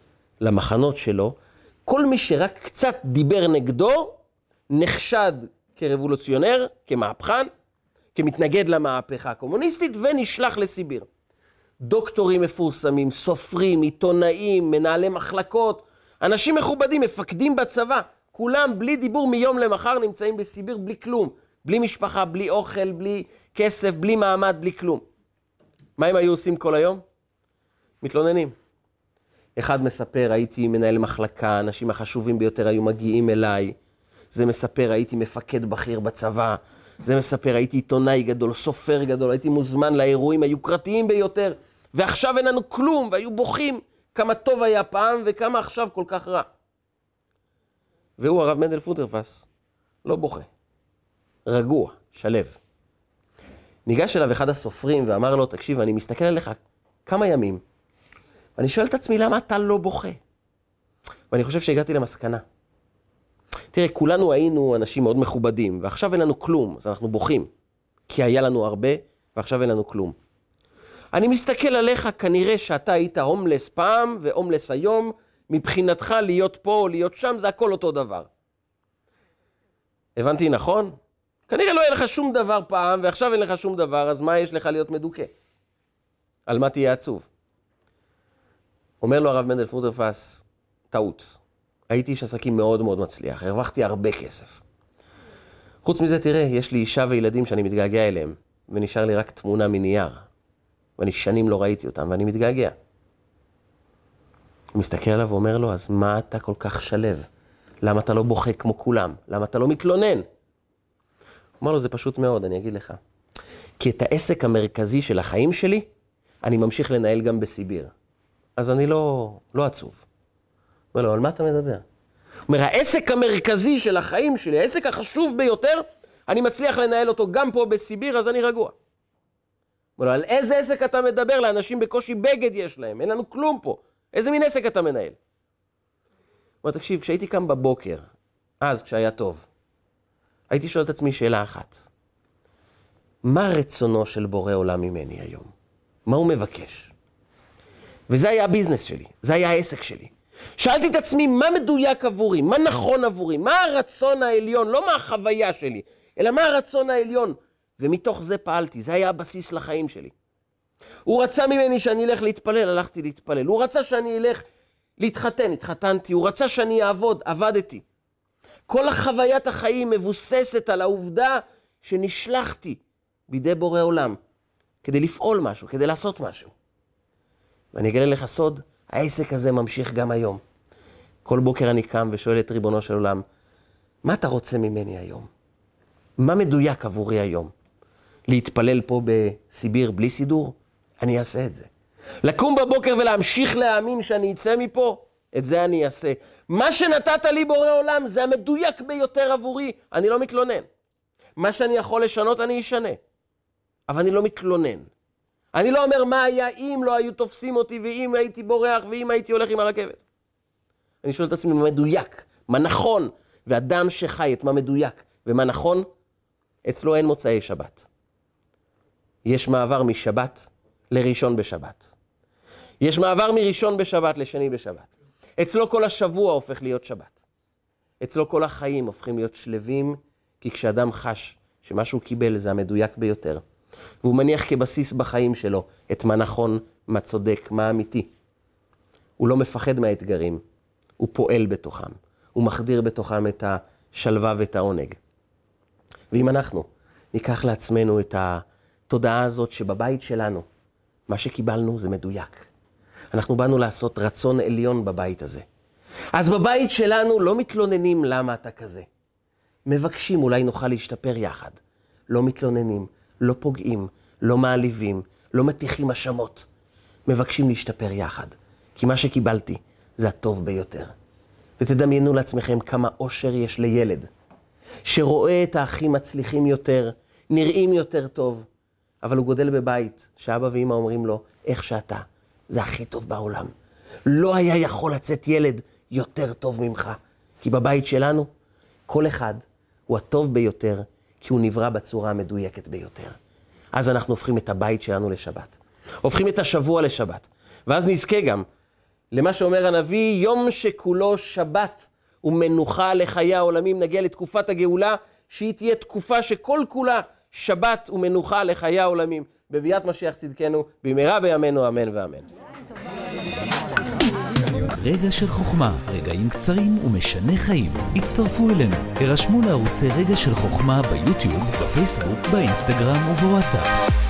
A: למחנות שלו, כל מי שרק קצת דיבר נגדו, נחשד כרבולוציונר, כמהפכן, כמתנגד למהפכה הקומוניסטית, ונשלח לסיביר. דוקטורים מפורסמים, סופרים, עיתונאים, מנהלי מחלקות, אנשים מכובדים, מפקדים בצבא, כולם בלי דיבור מיום למחר נמצאים בסיביר בלי כלום, בלי משפחה, בלי אוכל, בלי כסף, בלי מעמד, בלי כלום. מה הם היו עושים כל היום? מתלוננים. אחד מספר, הייתי מנהל מחלקה, האנשים החשובים ביותר היו מגיעים אליי. זה מספר, הייתי מפקד בכיר בצבא. זה מספר, הייתי עיתונאי גדול, סופר גדול, הייתי מוזמן לאירועים היוקרתיים ביותר. ועכשיו אין לנו כלום, והיו בוכים כמה טוב היה פעם וכמה עכשיו כל כך רע. והוא, הרב מנדל פוטרפס, לא בוכה. רגוע, שלב. ניגש אליו אחד הסופרים ואמר לו, תקשיב, אני מסתכל עליך כמה ימים, ואני שואל את עצמי, למה אתה לא בוכה? ואני חושב שהגעתי למסקנה. תראה, כולנו היינו אנשים מאוד מכובדים, ועכשיו אין לנו כלום, אז אנחנו בוכים. כי היה לנו הרבה, ועכשיו אין לנו כלום. אני מסתכל עליך, כנראה שאתה היית הומלס פעם, והומלס היום, מבחינתך להיות פה או להיות שם, זה הכל אותו דבר. הבנתי נכון? כנראה לא היה לך שום דבר פעם, ועכשיו אין לך שום דבר, אז מה יש לך להיות מדוכא? על מה תהיה עצוב? אומר לו הרב מנדל פוטרפס, טעות. הייתי איש עסקים מאוד מאוד מצליח, הרווחתי הרבה כסף. חוץ מזה, תראה, יש לי אישה וילדים שאני מתגעגע אליהם, ונשאר לי רק תמונה מנייר, ואני שנים לא ראיתי אותם, ואני מתגעגע. הוא מסתכל עליו ואומר לו, אז מה אתה כל כך שלב? למה אתה לא בוכה כמו כולם? למה אתה לא מתלונן? הוא אומר לו, זה פשוט מאוד, אני אגיד לך. כי את העסק המרכזי של החיים שלי, אני ממשיך לנהל גם בסיביר. אז אני לא עצוב. הוא אומר לו, על מה אתה מדבר? הוא אומר, העסק המרכזי של החיים שלי, העסק החשוב ביותר, אני מצליח לנהל אותו גם פה בסיביר, אז אני רגוע. הוא אומר לו, על איזה עסק אתה מדבר? לאנשים בקושי בגד יש להם, אין לנו כלום פה. איזה מין עסק אתה מנהל? הוא אומר, תקשיב, כשהייתי קם בבוקר, אז כשהיה טוב, הייתי שואל את עצמי שאלה אחת. מה רצונו של בורא עולם ממני היום? מה הוא מבקש? וזה היה הביזנס שלי, זה היה העסק שלי. שאלתי את עצמי, מה מדויק עבורי? מה נכון עבורי? מה הרצון העליון? לא מה החוויה שלי, אלא מה הרצון העליון? ומתוך זה פעלתי, זה היה הבסיס לחיים שלי. הוא רצה ממני שאני אלך להתפלל, הלכתי להתפלל. הוא רצה שאני אלך להתחתן, התחתנתי. הוא רצה שאני אעבוד, עבדתי. כל החוויית החיים מבוססת על העובדה שנשלחתי בידי בורא עולם, כדי לפעול משהו, כדי לעשות משהו. ואני אגלה לך סוד, העסק הזה ממשיך גם היום. כל בוקר אני קם ושואל את ריבונו של עולם, מה אתה רוצה ממני היום? מה מדויק עבורי היום? להתפלל פה בסיביר בלי סידור? אני אעשה את זה. לקום בבוקר ולהמשיך להאמין שאני אצא מפה? את זה אני אעשה. מה שנתת לי בורא עולם זה המדויק ביותר עבורי, אני לא מתלונן. מה שאני יכול לשנות אני אשנה. אבל אני לא מתלונן. אני לא אומר מה היה אם לא היו תופסים אותי, ואם הייתי בורח, ואם הייתי הולך עם הרכבת. אני שואל את עצמי מה מדויק, מה נכון, ואדם שחי את מה מדויק ומה נכון, אצלו אין מוצאי שבת. יש מעבר משבת לראשון בשבת. יש מעבר מראשון בשבת לשני בשבת. אצלו כל השבוע הופך להיות שבת. אצלו כל החיים הופכים להיות שלבים, כי כשאדם חש שמה שהוא קיבל זה המדויק ביותר, והוא מניח כבסיס בחיים שלו את מה נכון, מה צודק, מה אמיתי. הוא לא מפחד מהאתגרים, הוא פועל בתוכם, הוא מחדיר בתוכם את השלווה ואת העונג. ואם אנחנו ניקח לעצמנו את התודעה הזאת שבבית שלנו, מה שקיבלנו זה מדויק. אנחנו באנו לעשות רצון עליון בבית הזה. אז בבית שלנו לא מתלוננים למה אתה כזה. מבקשים אולי נוכל להשתפר יחד. לא מתלוננים, לא פוגעים, לא מעליבים, לא מתיחים האשמות. מבקשים להשתפר יחד. כי מה שקיבלתי זה הטוב ביותר. ותדמיינו לעצמכם כמה אושר יש לילד, שרואה את האחים מצליחים יותר, נראים יותר טוב, אבל הוא גודל בבית, שאבא ואמא אומרים לו, איך שאתה, זה הכי טוב בעולם. לא היה יכול לצאת ילד יותר טוב ממך, כי בבית שלנו, כל אחד הוא הטוב ביותר, כי הוא נברא בצורה המדויקת ביותר. אז אנחנו הופכים את הבית שלנו לשבת. הופכים את השבוע לשבת. ואז נזכה גם למה שאומר הנביא, יום שכולו שבת ומנוחה לחיי העולמים, נגיע לתקופת הגאולה, שהיא תהיה תקופה שכל כולה שבת ומנוחה לחיי העולמים, בביאת משיח צדקנו, במהרה בימינו, אמן ואמן.
B: רגע של חוכמה, רגעים קצרים ומשנה חיים. הצטרפו אלינו, הרשמו לערוצי רגע של חוכמה ביוטיוב, בפייסבוק, באינסטגרם ובוואטסאפ.